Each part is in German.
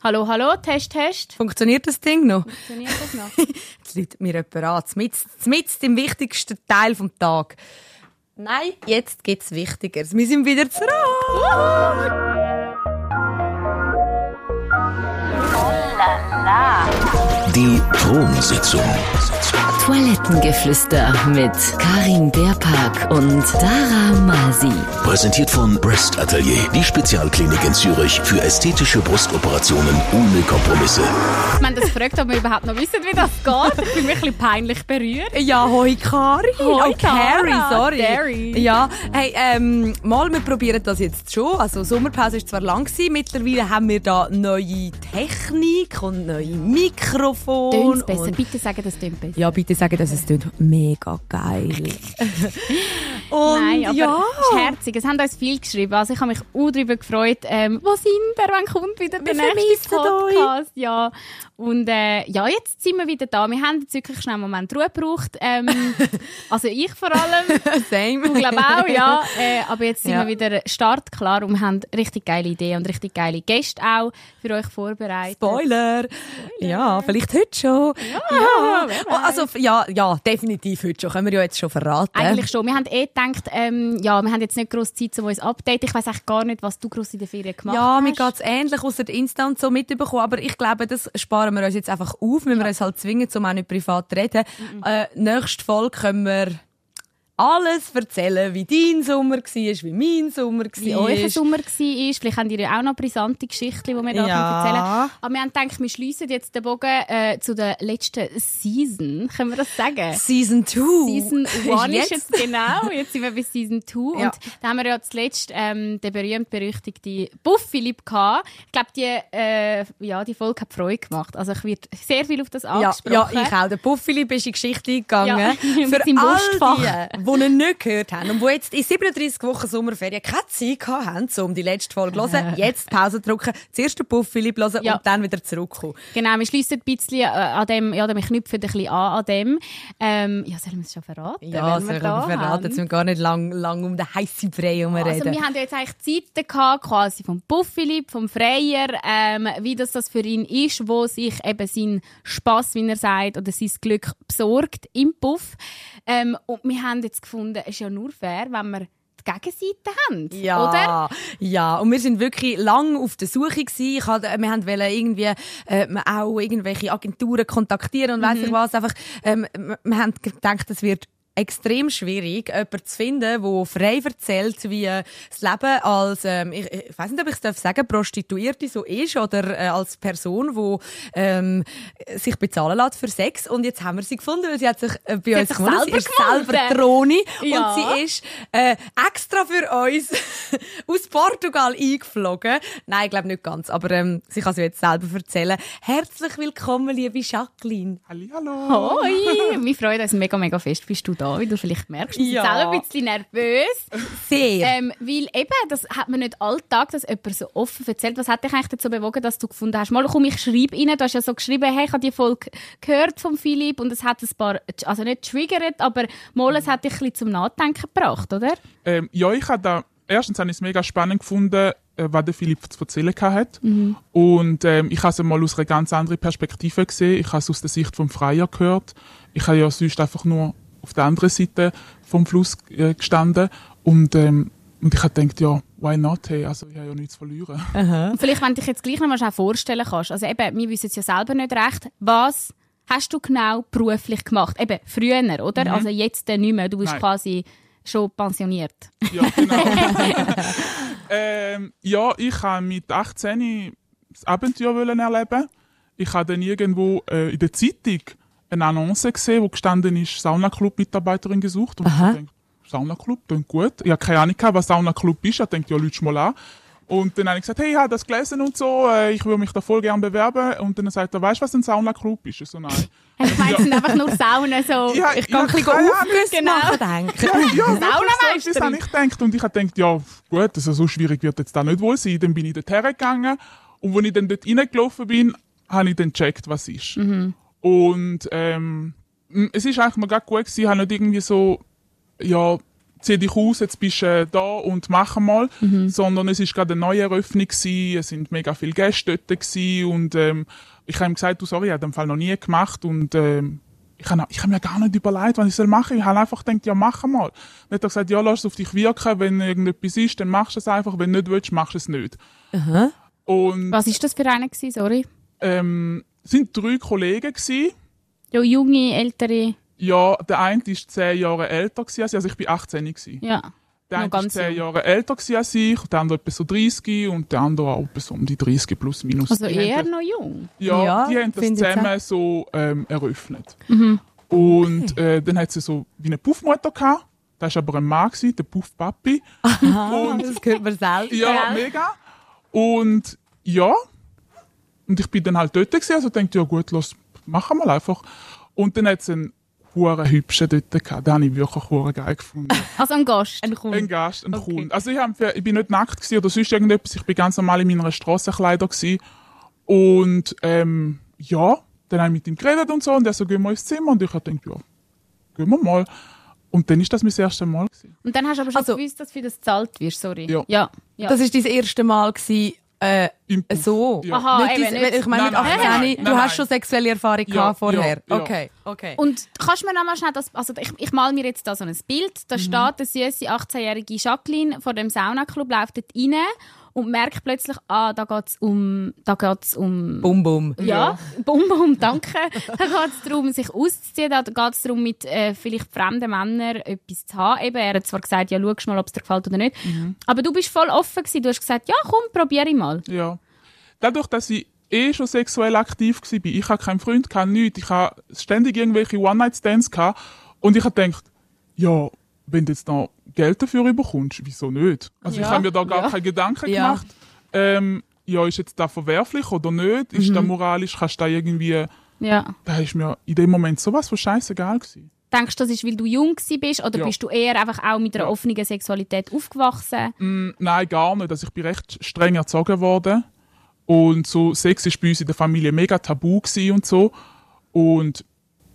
Hallo, hallo, Test, Test. Funktioniert das Ding noch? Funktioniert das noch? Jetzt läutet mir jemand an, mitten im wichtigsten Teil des Tages. Nein, jetzt gibt es Wichtigeres. Wir sind wieder zurück. Die Thronsitzung. Toilettengeflüster mit Karin Beerpark und Dara Masi. Präsentiert von Breast Atelier, die Spezialklinik in Zürich für ästhetische Brustoperationen ohne Kompromisse. Wir haben das gefragt, ob wir überhaupt noch wissen, wie das geht. Ich bin mich ein bisschen peinlich berührt. Ja, hoi Kari. Hoi, Carrie, sorry. Carrie. Ja, hey, wir probieren das jetzt schon. Also Sommerpause war zwar lang gewesen, mittlerweile haben wir da neue Technik und neue Mikrofone. Tönt's besser? Bitte sagen, das tönt besser. Ja, bitte sagen, dass es tönt mega geil. Und Nein, aber ja. es ist herzig. Es haben uns viel geschrieben. Also ich habe mich auch darüber gefreut. Wo sind wir? Wann kommt wieder der nächste Podcast? Ja. Und ja, jetzt sind wir wieder da. Wir haben jetzt wirklich schnell einen Moment Ruhe gebraucht. Also ich vor allem. Same. Du glaubst auch, ja. Aber jetzt sind wir wieder startklar und wir haben richtig geile Ideen und richtig geile Gäste auch für euch vorbereitet. Spoiler. Ja, vielleicht heute schon. Ja. Also ja, definitiv heute schon. Können wir ja jetzt schon verraten. Eigentlich schon. Wir haben gedacht, ja, wir haben jetzt nicht gross Zeit, um uns updaten. Ich weiss eigentlich gar nicht, was du gross in der Ferien gemacht hast. Ja, mir geht es ähnlich, ausser Insta und so mitbekommen. Aber ich glaube, das sparen wir uns jetzt einfach auf, wenn wir uns halt zwingen, um auch nicht privat zu reden. Nächste Folge können wir alles erzählen, wie dein Sommer war, wie mein Sommer war. Wie euer Sommer war. Vielleicht habt ihr ja auch noch brisante Geschichten, die wir da erzählen können. Aber wir haben gedacht, wir schliessen jetzt den Bogen zu der letzten Season. Können wir das sagen? Season 2. Season 1 ist jetzt genau. Jetzt sind wir bei Season 2. Ja. Und da haben wir ja zuletzt den berühmt-berüchtigten Buff Philipp gehabt. Ich glaube, die Folge hat Freude gemacht. Also ich werde sehr viel auf das angesprochen. Ja, ich auch. Der Buff Philipp ist in die Geschichte gegangen. Ja, für seinem Wurstfach. Die ihn nicht gehört haben und die jetzt in 37 Wochen Sommerferien keine Zeit hatten, um die letzte Folge zu hören, jetzt Pause drücken, zuerst den Buff Philipp hören und dann wieder zurückkommen. Genau, wir schliessen ein bisschen an dem, ja, wir knüpfen ein bisschen an dem. Ja, sollen wir es schon verraten? Ja, sollen wir verraten, jetzt müssen wir gar nicht lang um den heissen Brei herumreden. Also wir haben ja jetzt eigentlich Zeiten gehabt, quasi vom Buff Philipp, vom Freier, wie das für ihn ist, wo sich eben sein Spass, wie er sagt, oder sein Glück besorgt im Puff. Und wir haben jetzt gefunden, es ist ja nur fair, wenn wir die Gegenseite haben, ja, oder? Ja, und wir sind wirklich lang auf der Suche gewesen. Wir haben irgendwie auch irgendwelche Agenturen kontaktieren und weiss ich was. Einfach, wir haben gedacht, es wird extrem schwierig, jemanden zu finden, der frei erzählt, wie das Leben als, ich weiss nicht, ob ich es sagen darf, Prostituierte so ist oder als Person, die sich bezahlen lässt für Sex. Und jetzt haben wir sie gefunden, weil sie hat sich bei uns gefunden. Sie ist selber Troni und sie ist extra für uns aus Portugal eingeflogen. Nein, ich glaube nicht ganz, aber sie kann es jetzt selber erzählen. Herzlich willkommen, liebe Jacqueline. Hallo. Hoi, wir freuen uns mega, mega fest, bist du da, wie du vielleicht merkst. Wir sind selber ein bisschen nervös. Sehr. Weil eben, das hat man nicht alltag, dass jemand so offen erzählt. Was hat dich eigentlich dazu bewogen, dass du gefunden hast, mal komm, ich schreibe rein. Du hast ja so geschrieben, hey, ich habe die Folge gehört von Philipp und es hat ein paar, also nicht triggert, aber mal, es hat dich ein bisschen zum Nachdenken gebracht, oder? Ja, erstens habe ich es mega spannend gefunden, was der Philipp zu erzählen hatte. Und ich habe es mal aus einer ganz anderen Perspektive gesehen. Ich habe es aus der Sicht vom Freier gehört. Ich habe ja sonst einfach nur auf der anderen Seite vom Fluss gestanden. Und ich habe gedacht, ja, why not? Hey, also ich habe ja nichts zu verlieren. Und vielleicht, wenn du dich jetzt gleich noch mal vorstellen kannst, also eben, wir wissen es ja selber nicht recht, was hast du genau beruflich gemacht? Eben, früher, oder? Also jetzt nicht mehr, du bist quasi schon pensioniert. Ja, genau. Ja, ich wollte mit 18 das Abenteuer erleben. Ich habe dann irgendwo in der Zeitung eine Annonce gesehen, wo gestanden ist, Saunaclub-Mitarbeiterin gesucht. Und ich dachte, Saunaclub, klingt gut. Ich habe keine Ahnung, was Saunaclub ist. Ich dachte, ja, lütsch mal an. Und dann habe ich gesagt, hey, ich habe das gelesen und so, ich würde mich da voll gerne bewerben. Und dann sagt er, weißt du, was ein Saunaclub ist? So, nein. Ich meine, es sind einfach nur Saunen, so. Ja, Ich kann ein bisschen Aufgüsse machen, denke ich. Ja, Saunameisterin. das habe ich gedacht. Und ich habe gedacht, ja, gut, also so schwierig wird jetzt da nicht wohl sein. Dann bin ich dort hergegangen. Und als ich dann dort reingelaufen bin, habe ich dann gecheckt, was es ist. Und es ist eigentlich mal ganz gut gewesen. Ich habe nicht irgendwie so, ja, zieh dich aus, jetzt bist du da und mach mal. Sondern es ist gerade eine neue Eröffnung gewesen, es sind mega viele Gäste dort gewesen und ich habe ihm gesagt, du, sorry, ich habe den Fall noch nie gemacht und ich habe mir gar nicht überlegt, was ich machen soll. Ich habe einfach gedacht, ja, mach mal. Dann hat er gesagt, ja, lass es auf dich wirken, wenn irgendetwas ist, dann machst du es einfach, wenn du nicht willst, machst du es nicht. Aha. Und Was war das für einer gewesen, sorry? es sind 3 Kollegen gewesen. Ja, junge, ältere. Ja, der eine war 10 Jahre älter gewesen als ich, also ich war 18 gewesen. Ja. Der eine Noch war ganz 10 jung. Jahre älter gewesen als ich, der andere etwa so 30 und der andere auch etwa so um die 30 plus minus. Also Die eher haben noch jung. Ja, die haben das finde ich zusammen so eröffnet. Und dann hat sie so wie eine Puffmutter gehabt. Das war aber ein Mann, gewesen, der Puffpapi. Und Das hört man selten. ja, mega. Und ja, und ich bin dann halt dort gewesen, also dachte, ja gut, los, machen wir einfach. Und dann hat es einen huere hübschen dort gehabt. Den habe ich wirklich huere geil gefunden. Also ein Gast. Ein Gast, ein Kunde. Also ich bin nicht nackt gewesen oder sonst irgendetwas. Ich bin ganz normal in meiner Strassenkleider gewesen. Und ja, dann habe ich mit ihm geredet und so und er so, gehen wir ins Zimmer und ich habe gedacht, ja, gehen wir mal. Und dann war das mein erstes Mal gewesen. Und dann hast du aber schon Also- gewusst, dass du für das gezahlt wirst, sorry. Ja. Ja. Das war dein erste Mal gewesen, Im Puff. so. Ja. Aha, Nicht eben dein, nicht. ich meine mit Nein, nein, 18, nein, du nein, hast nein. schon sexuelle Erfahrung Ja, gehabt vorher. ja. Okay. Und kannst du mir noch mal schnell also ich male mir jetzt da so ein Bild, da steht eine süße 18-jährige Jacqueline vor dem Saunaclub, läuft dort rein und merkt plötzlich, da geht's um Bum, bum. ja, bum, danke. Da geht es darum, sich auszuziehen, da geht es darum, mit vielleicht fremden Männern etwas zu haben. Eben, er hat zwar gesagt, ja, schau mal, ob es dir gefällt oder nicht. Aber du bist voll offen gewesen. Du hast gesagt, ja, komm, probiere ich mal. Ja. Dadurch, dass ich schon sexuell aktiv war, ich hatte keinen Freund, nichts, ich hatte ständig irgendwelche One-Night-Stands gehabt und ich habe gedacht, ja, wenn du jetzt noch Geld dafür bekommst, wieso nicht? Also ich habe mir da gar keine Gedanken Ja. gemacht. Ja, ist jetzt das verwerflich oder nicht? Ist das moralisch? Kannst du da irgendwie... Ja. Da ist mir in dem Moment sowas von scheissegal gewesen. Denkst du, das ist, weil du jung bist oder Ja. bist du eher einfach auch mit einer Ja. offenen Sexualität aufgewachsen? Nein, gar nicht. Also ich bin recht streng erzogen worden. Und so Sex war bei uns in der Familie mega tabu gewesen und so. Und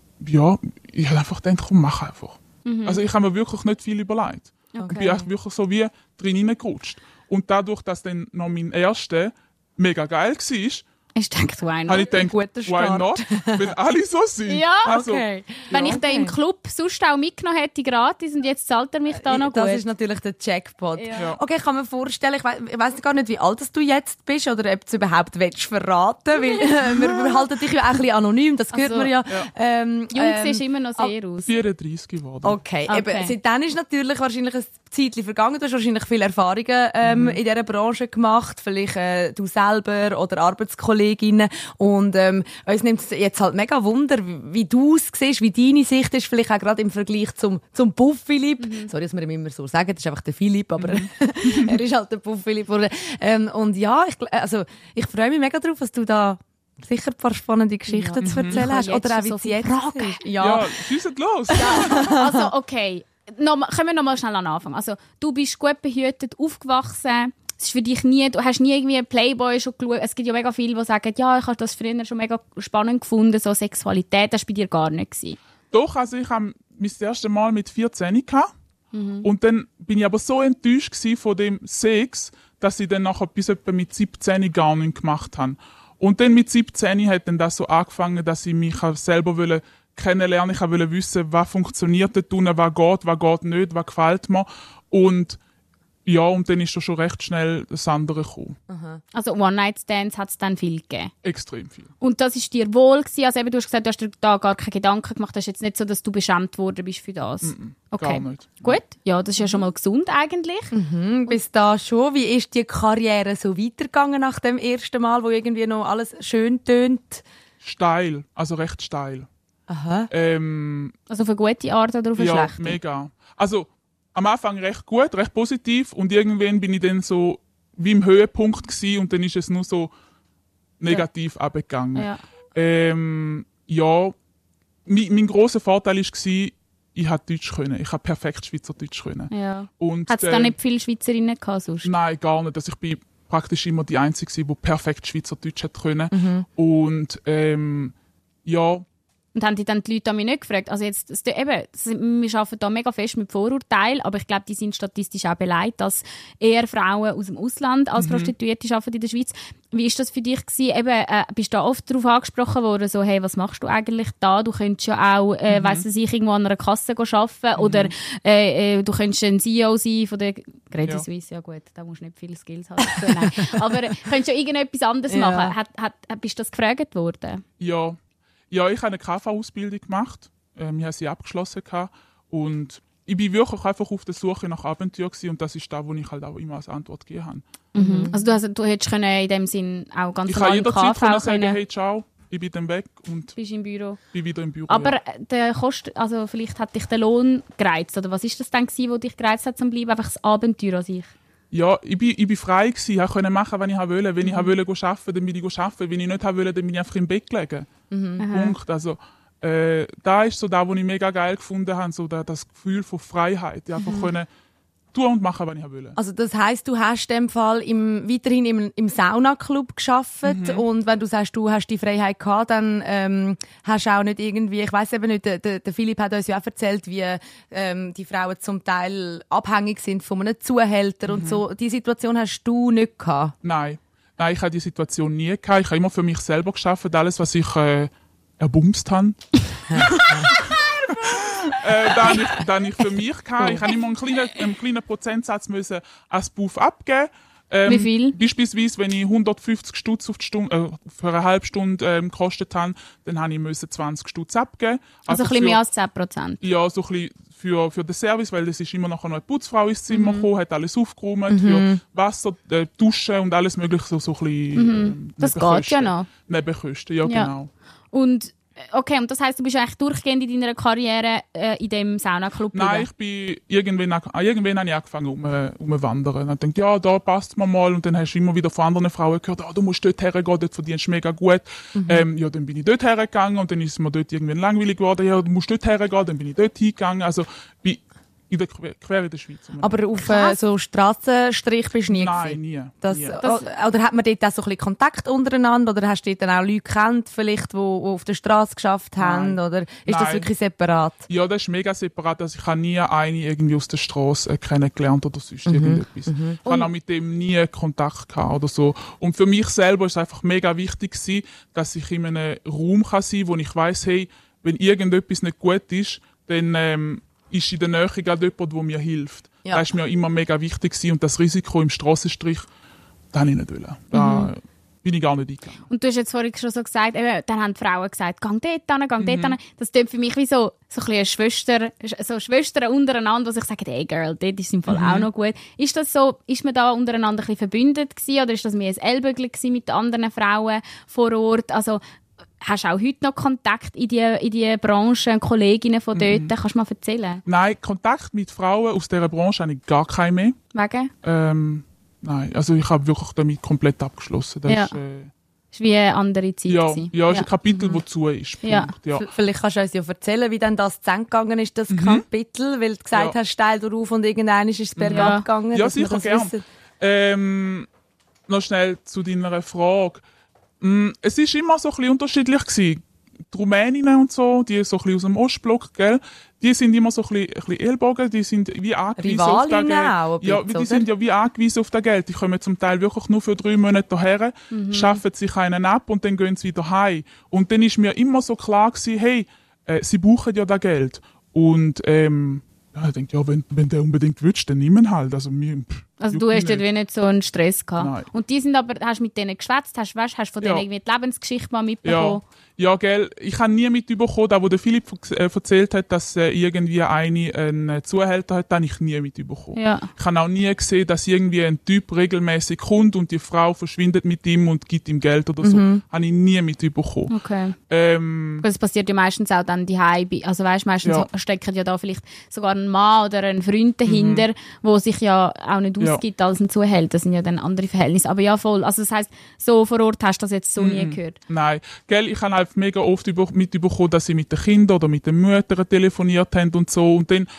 ja, ich habe einfach gedacht, komm, mach einfach. Also ich habe mir wirklich nicht viel überlegt. Ich bin echt wirklich so wie drin hineingerutscht. Und dadurch, dass dann noch mein erster mega geil war, Ich denke, why habe not? ich gedacht, guter why Start. not? Wenn alle so sind. Ja. Also, Okay. Wenn ich den im Club sonst auch mitgenommen hätte, gratis, und jetzt zahlt er mich da noch Das gut. ist natürlich der Jackpot. Ja. Okay, ich kann mir vorstellen, ich weiss gar nicht, wie alt du jetzt bist oder ob du es überhaupt willst verraten willst. Wir halten dich ja auch ein bisschen anonym, das hört Also, man ja. Jung siehst immer noch sehr aus. 34 geworden. Okay, Okay. Eben, seitdem ist natürlich wahrscheinlich ein Zeitchen vergangen. Du hast wahrscheinlich viele Erfahrungen in dieser Branche gemacht. Vielleicht du selber oder Arbeitskolleginnen. Und uns nimmt es jetzt halt mega Wunder, wie du es siehst, wie deine Sicht ist. Vielleicht auch gerade im Vergleich zum Puff Philipp. Sorry, dass wir ihm immer so sagen, das ist einfach der Philipp, aber er ist halt der Puff Philipp. Und ja, ich freue mich mega drauf, dass du da sicher ein paar spannende Geschichten zu erzählen hast. Ich habe Oder auch jetzt wie so es viele jetzt Fragen. ist. Ja, schießt los. Also, okay. Kommen wir noch mal schnell an den Anfang. Also, du bist gut behütet, aufgewachsen. Es ist für dich du hast nie irgendwie einen Playboy schon geschaut. Es gibt ja mega viele, die sagen, ja, ich habe das früher schon mega spannend gefunden, so Sexualität. Das war bei dir gar nicht gewesen. Doch, also ich habe mein erstes Mal mit 14 gehabt. Und dann bin ich aber so enttäuscht gewesen von dem Sex, dass ich dann nachher bis etwa mit 17 gar nichts gemacht habe. Und dann mit 17 hat dann das so angefangen, dass ich mich selber kennenlernen. Ich wollte wissen, was funktioniert dort unten, was geht nicht, was gefällt mir. Und ja, und dann ist schon recht schnell das andere gekommen. Also, One-Night-Stands hat es dann viel gegeben. Extrem viel. Und das ist dir wohl gewesen? Also, eben, du hast gesagt, du hast dir da gar keine Gedanken gemacht. Das ist jetzt nicht so, dass du beschämt worden bist für das. Gar nicht. Gut. Ja, das ist ja schon mal gesund eigentlich. Bis da schon. Wie ist die Karriere so weitergegangen nach dem ersten Mal, wo irgendwie noch alles schön tönt? Steil, also recht steil. Aha. Also auf eine gute Art oder auf eine Ja, schlechte? mega. Also am Anfang recht gut, recht positiv und irgendwann bin ich dann so wie im Höhepunkt gewesen, und dann ist es nur so negativ abgegangen. Ja. Ja, mein grosser Vorteil war, ich konnte Deutsch können. Ich konnte perfekt Schweizerdeutsch können. Ja. Und, Hat es da nicht viele Schweizerinnen gehabt sonst? Nein, gar nicht. Also ich bin praktisch immer die Einzige, die perfekt Schweizerdeutsch hat können. Und ja, Und haben die dann die Leute an mich nicht gefragt? Also jetzt, wir arbeiten da mega fest mit Vorurteilen, aber ich glaube, die sind statistisch auch beleidigt, dass eher Frauen aus dem Ausland als Prostituierte arbeiten in der Schweiz. Wie ist das für dich gewesen? Bist du da oft darauf angesprochen worden, so, hey, was machst du eigentlich da? Du könntest ja auch, weiss ich, irgendwo an einer Kasse arbeiten oder du könntest ein CEO sein von der Credit Suisse. Ja gut, da musst du nicht viele Skills haben. Nein. Aber könntest du ja irgendetwas anderes machen? Bist du das gefragt worden? Ja, ich habe eine KV-Ausbildung gemacht. Wir haben sie abgeschlossen. Und ich war wirklich einfach auf der Suche nach Abenteuer gewesen, und das ist das, was ich halt auch immer als Antwort gegeben habe. Mhm. Also du hättest in dem Sinn auch ganz normal im KV sagen, können. Hey, ciao, ich bin dann weg und bist im Büro. Bin wieder im Büro. Aber der also vielleicht hat dich der Lohn gereizt, oder was ist das dann gewesen, was dich gereizt hat zum Bleiben? Einfach das Abenteuer an sich? Ja, ich bin frei gewesen, ich konnte machen, was ich wollte. Wenn ich wollte arbeiten, dann bin ich arbeiten. Wenn ich nicht wollte, dann bin ich einfach im Bett gelegen. Punkt. Also, da ist so das, was ich mega geil gefunden habe, so das Gefühl von Freiheit. Ich einfach können tun und machen, was ich wollte. Also das heisst, du hast in dem Fall weiterhin im Saunaclub gearbeitet und wenn du sagst, du hast die Freiheit gehabt, dann hast du auch nicht irgendwie, ich weiss eben nicht, der Philipp hat uns ja auch erzählt, wie die Frauen zum Teil abhängig sind von einem Zuhälter und so. Die Situation hast du nicht gehabt? Nein, ich hatte die Situation nie gehabt. Ich habe immer für mich selber gearbeitet, alles, was ich erbumst habe. Da ich für mich hatte. Ich habe immer einen kleinen Prozentsatz müssen als Buff abgeben. Wie viel? Beispielsweise, wenn ich 150 Stutz auf die Stunde, für eine halbe Stunde gekostet habe, dann habe ich 20 Stutz abgeben. Also ein bisschen mehr als 10%? Ja, so ein bisschen für den Service, weil es ist immer noch eine Putzfrau ins Zimmer gekommen, hat alles aufgeräumt, für Wasser, Duschen und alles mögliche, so ein bisschen Das geht ja noch. Nebenkosten, ja genau. Und okay, und das heisst, du bist eigentlich durchgehend in deiner Karriere in dem Saunaclub? Nein, ich bin irgendwann habe ich angefangen umwandern. Dann dachte ich, ja, da passt man mal. Und dann hast du immer wieder von anderen Frauen gehört, du musst dort hergehen, dort verdienst du mega gut. Ja, dann bin ich dort hergegangen und dann ist mir dort irgendwann langweilig geworden. Ja, du musst dort hergehen, dann bin ich dort hingegangen. Also quer in der Schweiz. Aber auf so Strassenstrich bist du nie Nein, gewesen? nie. Oder hat man dort auch so ein bisschen Kontakt untereinander? Oder hast du dort dann auch Leute gekannt, vielleicht, die auf der Straße geschafft haben? Nein. Oder ist das wirklich separat? Ja, das ist mega separat. Also ich habe nie eine irgendwie aus der Straße kennengelernt oder sonst irgendetwas. Ich habe auch mit dem nie Kontakt gehabt oder so. Und für mich selber ist es einfach mega wichtig gewesen, dass ich in einem Raum sein kann, wo ich weiss, hey, wenn irgendetwas nicht gut ist, dann ist in der Nähe gerade jemand, der mir hilft. Ja. Das war mir immer mega wichtig gewesen. Und das Risiko im Strassenstrich, das wollte ich nicht. Da bin ich gar nicht eingegangen. Und du hast jetzt vorhin schon so gesagt, eben, dann haben die Frauen gesagt, gang dort hin. Das klingt für mich wie so ein bisschen Schwestern untereinander, die sich sagen, hey Girl, dort ist es im Fall auch noch gut. Ist das so, ist man da untereinander ein bisschen verbündet gewesen, oder ist das mehr ein Ellbögel gewesen mit anderen Frauen vor Ort? Also, hast du auch heute noch Kontakt in die Branche, Kolleginnen von dort? Kannst du mal erzählen? Nein, Kontakt mit Frauen aus dieser Branche habe ich gar keinen mehr. Wegen? Nein, also ich habe wirklich damit komplett abgeschlossen. Das ist wie eine andere Zeit. Ja, ist ein Kapitel, das zu ist. Ja. Vielleicht kannst du uns ja erzählen, wie dann das zu Ende gegangen ist, das Kapitel, weil du gesagt hast, steil darauf und irgendwann ist es bergab gegangen. Ja, sicher, gerne. Noch schnell zu deiner Frage. Es war immer so ein bisschen unterschiedlich gewesen. Die Rumäninnen und so, die so ein bisschen aus dem Ostblock, gell, die sind immer so ein bisschen Ellbogen, die sind wie angewiesen auf das Geld. Auch bisschen, die sind ja wie angewiesen auf das Geld. Die kommen zum Teil wirklich nur für 3 Monate hierher, schaffen sich einen ab und dann gehen sie wieder heim. Und dann ist mir immer so klar gewesen, hey, sie brauchen ja das Geld. Und ich denke, wenn der unbedingt willst, dann nimm ihn halt. Also du hast dort nicht so einen Stress gehabt. Nein. Und die sind aber, hast mit denen geschwätzt, hast von denen irgendwie die Lebensgeschichte mal mitbekommen? Ja, gell. Ich habe nie mitbekommen, da wo der Philipp erzählt hat, dass irgendwie einen Zuhälter hat, habe ich nie mitbekommen. Ja. Ich habe auch nie gesehen, dass irgendwie ein Typ regelmäßig kommt und die Frau verschwindet mit ihm und gibt ihm Geld oder so. Habe ich nie mitbekommen. Okay. Das passiert ja meistens auch dann daheim. Also weißt, meistens stecken ja da vielleicht sogar ein Mann oder ein Freund dahinter, wo sich ja auch nicht ausgibt als ein Zuhälter. Das sind ja dann andere Verhältnisse. Aber ja, voll. Also das heisst, so vor Ort hast du das jetzt so nie gehört? Nein. Gell, ich habe halt mega oft mitbekommen, dass sie mit den Kindern oder mit den Müttern telefoniert haben und so. Und dann,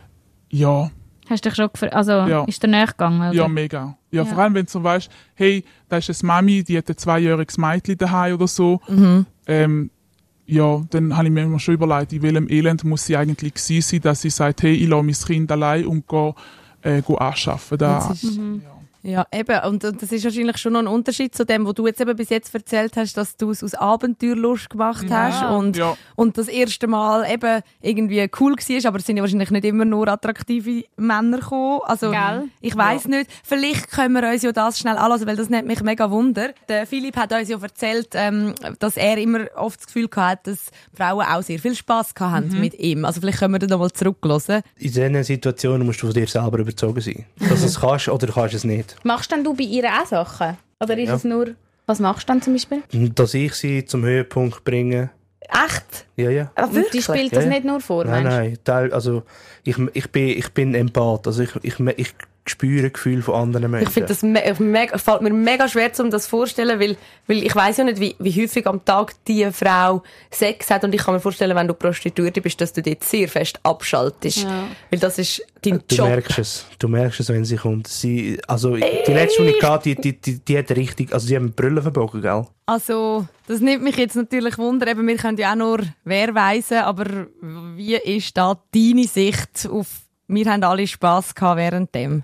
Hast du dich schon gefragt? Also, ist der näher gegangen? Oder? Ja, mega. Ja, vor allem, wenn du so weißt, hey, da ist eine Mami, die hat ein 2-jähriges Mädchen daheim oder so. ja, dann habe ich mir immer schon überlegt, in welchem Elend muss sie eigentlich gewesen sein, dass sie sagt, hey, ich lasse mein Kind allein und gehe anschaffen. Ja, eben. Und das ist wahrscheinlich schon noch ein Unterschied zu dem, was du jetzt eben bis jetzt erzählt hast, dass du es aus Abenteuerlust gemacht hast und das erste Mal eben irgendwie cool war, aber es sind ja wahrscheinlich nicht immer nur attraktive Männer gekommen. Also, ich weiss nicht. Vielleicht können wir uns ja das schnell anlassen, weil das nimmt mich mega Wunder. Der Philipp hat uns ja erzählt, dass er immer oft das Gefühl hatte, dass Frauen auch sehr viel Spass hatten mit ihm. Also vielleicht können wir da nochmal zurückhören. In diesen Situationen musst du von dir selber überzogen sein. Dass du es kannst oder kannst es nicht. Machst denn du bei ihr auch Sachen? Oder ist es nur... Was machst du dann zum Beispiel? Dass ich sie zum Höhepunkt bringe. Echt? Ja. Aber und die spielt das nicht nur vor, Nein. Also ich bin Empath. Also ich spüre Gefühle von anderen Menschen. Ich finde das fällt mir mega schwer, um das vorzustellen, weil ich weiss ja nicht, wie häufig am Tag diese Frau Sex hat, und ich kann mir vorstellen, wenn du Prostituierte bist, dass du dort sehr fest abschaltest. Ja. Weil das ist dein Job. Du merkst es, wenn sie kommt. Die letzte, die ich hatte, die hat richtig, also die haben Brüllen verbogen, gell? Also, das nimmt mich jetzt natürlich Wunder. Eben, wir können ja auch nur weisen, aber wie ist da deine Sicht auf, wir haben alle Spass gehabt während dem?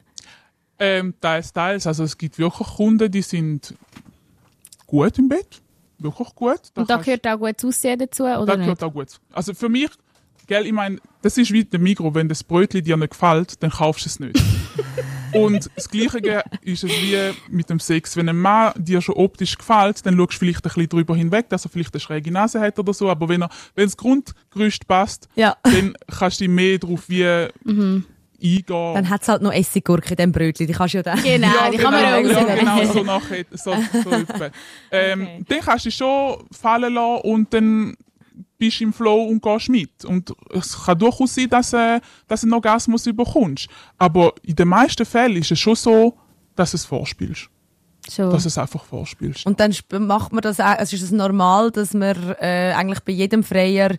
Teils. Also es gibt wirklich Kunden, die sind gut im Bett. Wirklich gut. Und da gehört auch gutes Aussehen dazu, oder nicht? Da gehört auch gut. Also für mich, gell, ich meine, das ist wie der Migros. Wenn das Brötchen dir nicht gefällt, dann kaufst du es nicht. Und das Gleiche ist es wie mit dem Sex. Wenn ein Mann dir schon optisch gefällt, dann schaust du vielleicht ein bisschen drüber hinweg, dass er vielleicht eine schräge Nase hat oder so. Aber wenn das Grundgerüst passt, dann kannst du dich mehr drauf wie eingehen. Dann hat es halt noch Essiggurke in diesem Brötchen. Die kannst du ja dann... Genau, die kann man auch genau so nachher. So etwa. Dann kannst du dich schon fallen lassen und dann bist du im Flow und gehst mit. Und es kann durchaus sein, dass du einen Orgasmus bekommst. Aber in den meisten Fällen ist es schon so, dass du es vorspielst. So. Dass du es einfach vorspielst. Und dann macht man das auch, also ist es normal, dass man eigentlich bei jedem Freier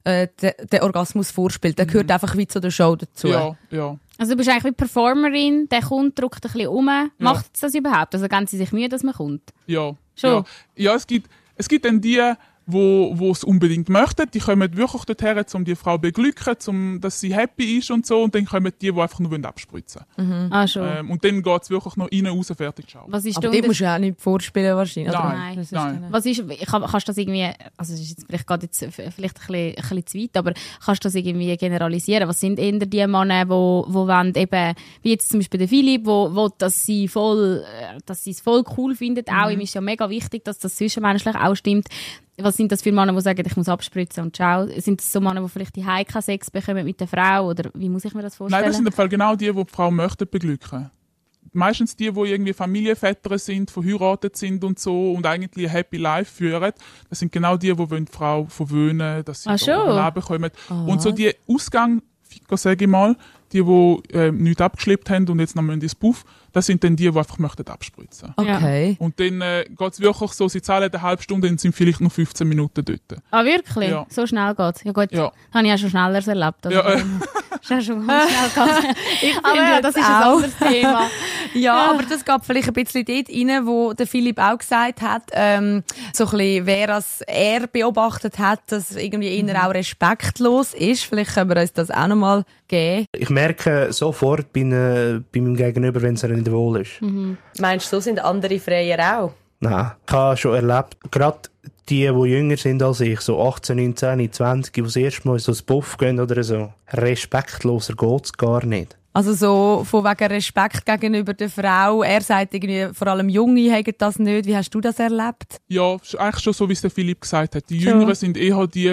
den Orgasmus vorspielt. Der gehört einfach wie zu der Show dazu. Ja. Also du bist eigentlich wie Performerin, der Kunde drückt ein bisschen um. Macht es das überhaupt? Also geben sie sich Mühe, dass man kommt? Ja. Schon? Ja, es gibt dann die, wo es unbedingt möchten, die kommen wirklich dorthin, um die Frau zu beglücken, dass sie happy ist und so, und dann kommen die einfach nur abspritzen wollen. Ah, schon. Und dann geht es wirklich noch rein, raus, fertig, ciao. Was ist aber die musst du ja auch nicht vorspielen wahrscheinlich. Nein. Was ist, kannst du das irgendwie, also das ist jetzt vielleicht gerade vielleicht ein bisschen zu weit, aber kannst du das irgendwie generalisieren? Was sind eher die Männer, die wollen eben, wie jetzt zum Beispiel der Philipp, wo dass sie es voll cool findet, auch ihm ist ja mega wichtig, dass das zwischenmenschlich auch stimmt. Was sind das für Männer, die sagen, ich muss abspritzen und ciao? Sind das so Männer, die vielleicht die keinen Sex bekommen mit der Frau? Oder wie muss ich mir das vorstellen? Nein, das sind im Fall genau die Frau möchte beglücken. Meistens die irgendwie Familienväter sind, verheiratet sind und so und eigentlich ein Happy Life führen. Das sind genau die Frau verwöhnen, dass sie Leben bekommen. Und so die Ausgang, sage ich mal, die nichts abgeschleppt haben und jetzt noch ins Puff, das sind dann die einfach möchten abspritzen. Okay. Und dann geht es wirklich so, sie zahlen eine halbe Stunde und sind vielleicht noch 15 Minuten dort. Ah, wirklich? Ja. So schnell geht's? Ja gut, ja. Habe ich auch schon schneller erlebt. Also ist auch schon schnell gegangen. Aber das ist ein anderes Thema. Ja, aber das gab vielleicht ein bisschen dort rein, wo der Philipp auch gesagt hat, so ein bisschen, wer er beobachtet hat, dass irgendwie eher auch respektlos ist. Vielleicht können wir uns das auch nochmal geben. Ich merke sofort bei meinem Gegenüber, wenn es nicht wohl ist. Meinst du, so sind andere Freier auch? Nein, ich habe schon erlebt, gerade die jünger sind als ich, so 18, 19, 20, die das erste Mal so ins Puff gehen oder so, respektloser geht es gar nicht. Also so von wegen Respekt gegenüber der Frau. Er sagt irgendwie, vor allem Junge haben das nicht. Wie hast du das erlebt? Ja, eigentlich schon so, wie es der Philipp gesagt hat. Die Jüngeren sind eher die,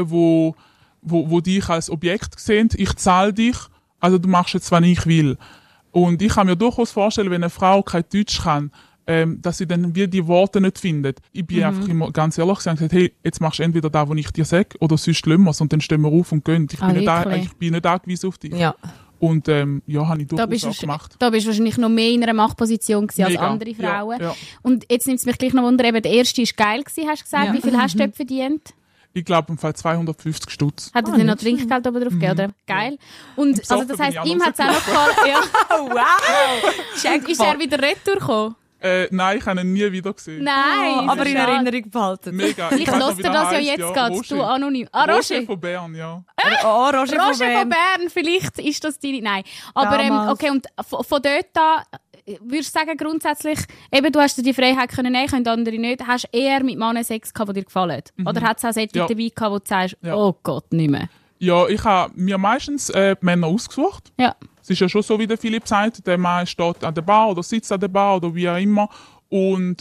wo dich als Objekt sehen. Ich zahle dich, also du machst jetzt, was ich will. Und ich kann mir durchaus vorstellen, wenn eine Frau kein Deutsch kann, dass sie dann wie die Worte nicht findet. Ich bin einfach immer ganz ehrlich gesagt, hey, jetzt machst du entweder das, was ich dir sage, oder sonst lassen wir es und dann stehen wir auf und gehen. Ich bin nicht angewiesen auf dich. Ja. Und habe ich durchaus auch gemacht. Da bist du wahrscheinlich noch mehr in einer Machtposition als andere Frauen. Ja. Und jetzt nimmt es mich gleich noch Wunder, eben der erste war geil gewesen, hast du gesagt. Ja. Wie viel hast du dort verdient? Ich glaube im Fall 250 Stutz. Hat er dir noch Trinkgeld oben drauf gegeben, oder? Geil. Und also das heisst, ihm hat es auch noch gefallen. Ja. Wow! Ist er wieder retour gekommen? Nein, ich habe ihn nie wieder gesehen. Nein, aber in schade. Erinnerung behalten. Mega. Ich weiss noch, höre wie dir der das ja heisst, jetzt gerade, du anonym. Roger von Bern, ja. Roger von Bern, vielleicht ist das deine... Nein. Aber Damals. okay, und von dort an, würdest du sagen, grundsätzlich, eben, du hast dir die Freiheit können nehmen können, andere nicht, hast du eher mit Männern Sex gehabt, die dir gefallen? Oder hat es auch solche Ja. dabei gehabt, wo du sagst, Ja. oh Gott, nicht mehr? Ja, ich habe mir meistens die Männer ausgesucht. Ja. Es ist ja schon so, wie der Philipp sagt, der Mann steht an der Bar oder sitzt an der Bar oder wie auch immer. Und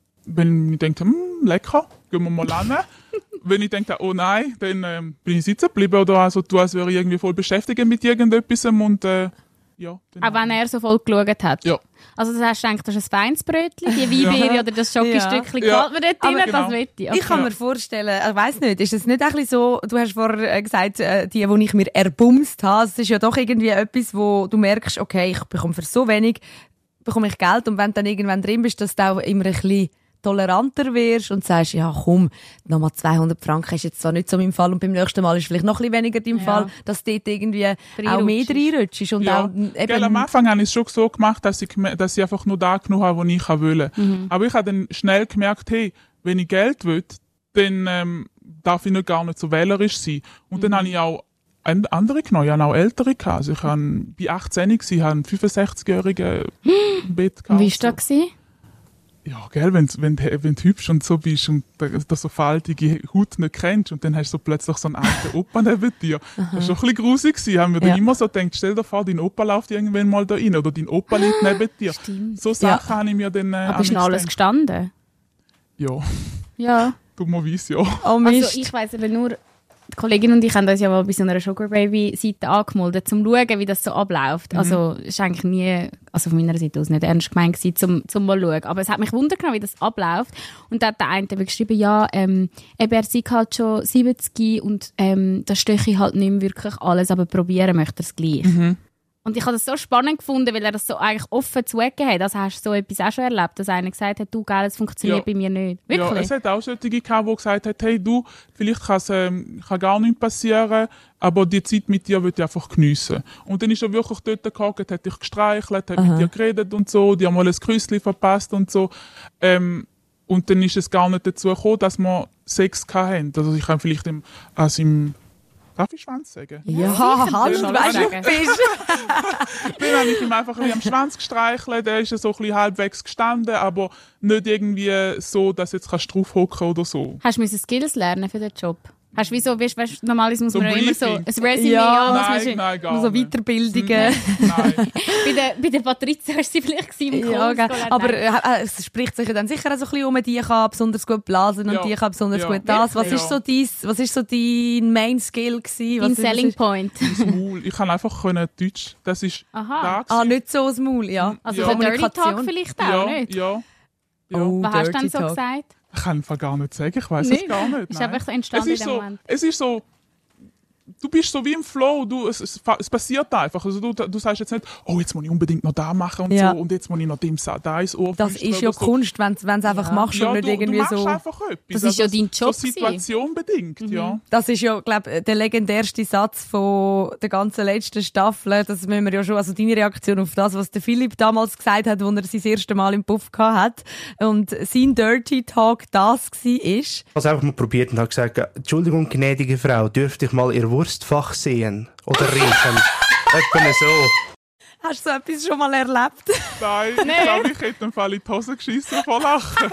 wenn ich denke, lecker, gehen wir mal hin. Wenn ich denke, oh nein, dann bin ich sitzen geblieben oder also tu, als wäre ich irgendwie voll beschäftigt mit irgendetwas und ja. Auch wenn er so voll geschaut hat. Ja. Also das hast du gedacht, das ist ein feines Brötchen, die Weinbeere oder das Schokostückchen, Ja. gefällt mir dort Aber rein, genau. das will ich. Okay. Ich kann mir vorstellen, ich weiss nicht, ist es nicht ein bisschen so, du hast vorher gesagt, die ich mir erbumst habe, es ist ja doch irgendwie etwas, wo du merkst, okay, ich bekomme für so wenig bekomme ich Geld und wenn du dann irgendwann drin bist, dass du auch immer ein bisschen toleranter wirst und sagst, ja komm, nochmal 200 Franken ist jetzt zwar nicht so mein Fall und beim nächsten Mal ist vielleicht noch ein bisschen weniger dein Fall, dass du dort irgendwie auch mehr reinrutschst und Ja. auch Gell, am Anfang habe ich es schon so gemacht, dass ich einfach nur da genommen habe, wo ich wollte. Aber ich habe dann schnell gemerkt, hey, wenn ich Geld will, dann darf ich gar nicht so wählerisch sein. Und dann habe ich auch andere genommen, ich habe auch ältere gehabt. Also ich habe bei 18 gewesen, habe einen 65-jährigen im Bett gehabt. Wie war das? Ja, gell, wenn du hübsch und so bist und da so faltige Haut nicht kennst und dann hast du so plötzlich so einen alten Opa neben dir. Das war schon ein bisschen grusig gewesen. Haben wir dann immer so gedacht, stell dir vor, dein Opa läuft irgendwann mal da rein oder dein Opa liegt neben dir. Stimmt. So Sachen habe ich mir dann Aber ist noch alles gedacht. gestanden? Ja, Ja. dummerweise ja. Oh Mist. Also ich weiss eben nur, die Kollegin und ich haben uns ja mal bei so einer Sugar Baby Seite angemeldet, um zu schauen, wie das so abläuft. Also es ist eigentlich nie, also von meiner Seite aus nicht ernst gemeint gewesen, zum mal schauen. Aber es hat mich wundern genommen, wie das abläuft. Und da hat der eine eben geschrieben, ja, eben er sei halt schon 70 und da stöche ich halt nicht mehr wirklich alles, aber probieren möchte er es gleich. Und ich habe das so spannend gefunden, weil er das so eigentlich offen zugegeben hat. Also hast du so etwas auch schon erlebt, dass einer gesagt hat, du, gell, es funktioniert bei mir nicht. Wirklich? Ja, es hat auch solche gehabt, die gesagt haben, hey du, vielleicht kann gar nichts passieren, aber die Zeit mit dir will ich einfach geniessen. Und dann ist er wirklich dort gehockt, hat dich gestreichelt, hat mit dir geredet und so, die haben mal ein Küsschen verpasst und so. Und dann ist es gar nicht dazu gekommen, dass wir Sex hatten. Also ich kann vielleicht darf ich Schwanz sagen? ja, Hallo, du weißt, sagen. du bist. Dann habe ich ihm einfach ein bisschen am Schwanz gestreichelt, der ist so ein bisschen halbwegs gestanden, aber nicht irgendwie so, dass jetzt kannst du draufhocken oder so. Hast du Skills lernen für den Job? Hast du wieso, weißt, normalerweise muss So man ja immer so Briefing? ein Resümee Ja, muss man Nein, gar So nicht. Weiterbildungen. Nein. bei der Patrizia hast du sie vielleicht gewesen, im Ja, Kurs gell. Aber es spricht sich ja dann sicher auch so ein bisschen um, die kann besonders gut blasen und Ja. die kann besonders Ja. gut das. Was Wirklich? ist so dein Main Skill gewesen? dein Was Selling ist, Point. Das Maul. Ich kann einfach Deutsch. Das ist Aha. da gewesen. nicht so das Maul, ja. Also Ja. der Dirty Talk vielleicht auch, nicht? Ja. Oh, Was hast du Dirty denn so Talk. gesagt? Ich kann einfach gar nicht sagen, ich weiß Nicht? es gar nicht. Ist nein. einfach so entstanden es ist in dem so, Moment. Es ist so, du bist so wie im Flow, es passiert einfach. Also du sagst jetzt nicht, oh, jetzt muss ich unbedingt noch da machen und Ja. so und jetzt muss ich noch dem da ins Ohr Das flüstern ist ja oder so. Kunst, wenn du es einfach machst Ja, und nicht du irgendwie machst so. einfach etwas. Das ist ja dein Job So situationbedingt, ja. Das ist ja, glaube der legendärste Satz von der ganzen letzten Staffel. Das müssen wir ja schon, also deine Reaktion auf das, was der Philipp damals gesagt hat, als er sein erstes Mal im Puff hat. Und sein Dirty Talk das war. Ich habe es einfach mal probiert und habe gesagt, Entschuldigung, gnädige Frau, dürfte ich mal Ihr Wurstfach sehen? Oder riechen? Etwa so. Hast du so etwas schon mal erlebt? Nein, ich glaube, ich hätte im Fall in die Hose geschissen vor Lachen.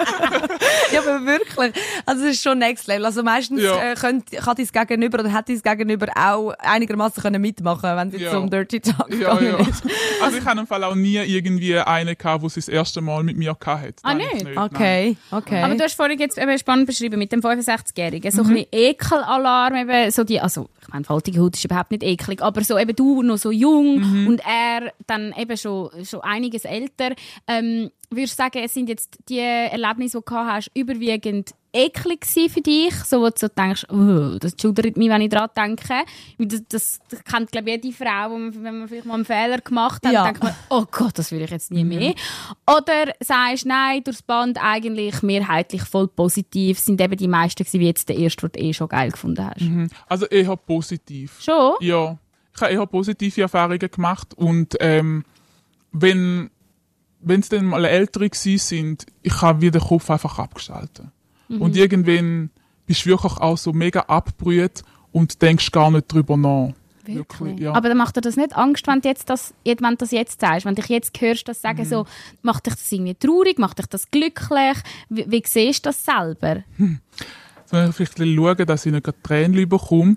Ja, aber wirklich. Also, es ist schon Next Level. Also, meistens Ja. kann dein Gegenüber oder hat dein Gegenüber auch einigermaßen mitmachen können, wenn es jetzt Ja. so um Dirty Talk Ja, gegangen ja. ist. Also ich habe im Fall auch nie irgendwie einen gehabt, der sie das erste Mal mit mir hatte. Ah, Nein, nicht? nein. Okay. Aber du hast vorhin jetzt eben spannend beschrieben mit dem 65-Jährigen. So ein bisschen Ekelalarm, eben so die, also ich meine, faltige Haut ist überhaupt nicht eklig, aber so eben du noch so jung und er dann eben schon einiges älter. Würdest du sagen, es sind jetzt die Erlebnisse, die du gehabt hast, überwiegend eklig gewesen für dich? So, wo du so denkst, oh, das schudert mich, wenn ich daran denke. Das kennt, glaube ich, jede Frau, wenn man vielleicht mal einen Fehler gemacht hat, Ja. denkt man, oh Gott, das will ich jetzt nie mehr. Oder sagst, nein, durchs Band eigentlich mehrheitlich voll positiv, sind eben die meisten gewesen, wie jetzt der erste, den du schon geil gefunden hast. Also eher positiv. Schon? Ja, ich habe eher positive Erfahrungen gemacht und wenn wenn es dann mal Ältere gewesen sind, ich habe wieder den Kopf einfach abgeschaltet. Und irgendwann bist du wirklich auch so mega abgebrüht und denkst gar nicht drüber nach. Wirklich? Ja. Aber dann macht dir das nicht Angst, wenn du das jetzt sagst? Wenn du dich jetzt hörst, das sagen, so, macht dich das irgendwie traurig, macht dich das glücklich? Wie siehst du das selber? Jetzt muss ich vielleicht ein bisschen schauen, dass ich nicht gerade Tränen bekomme.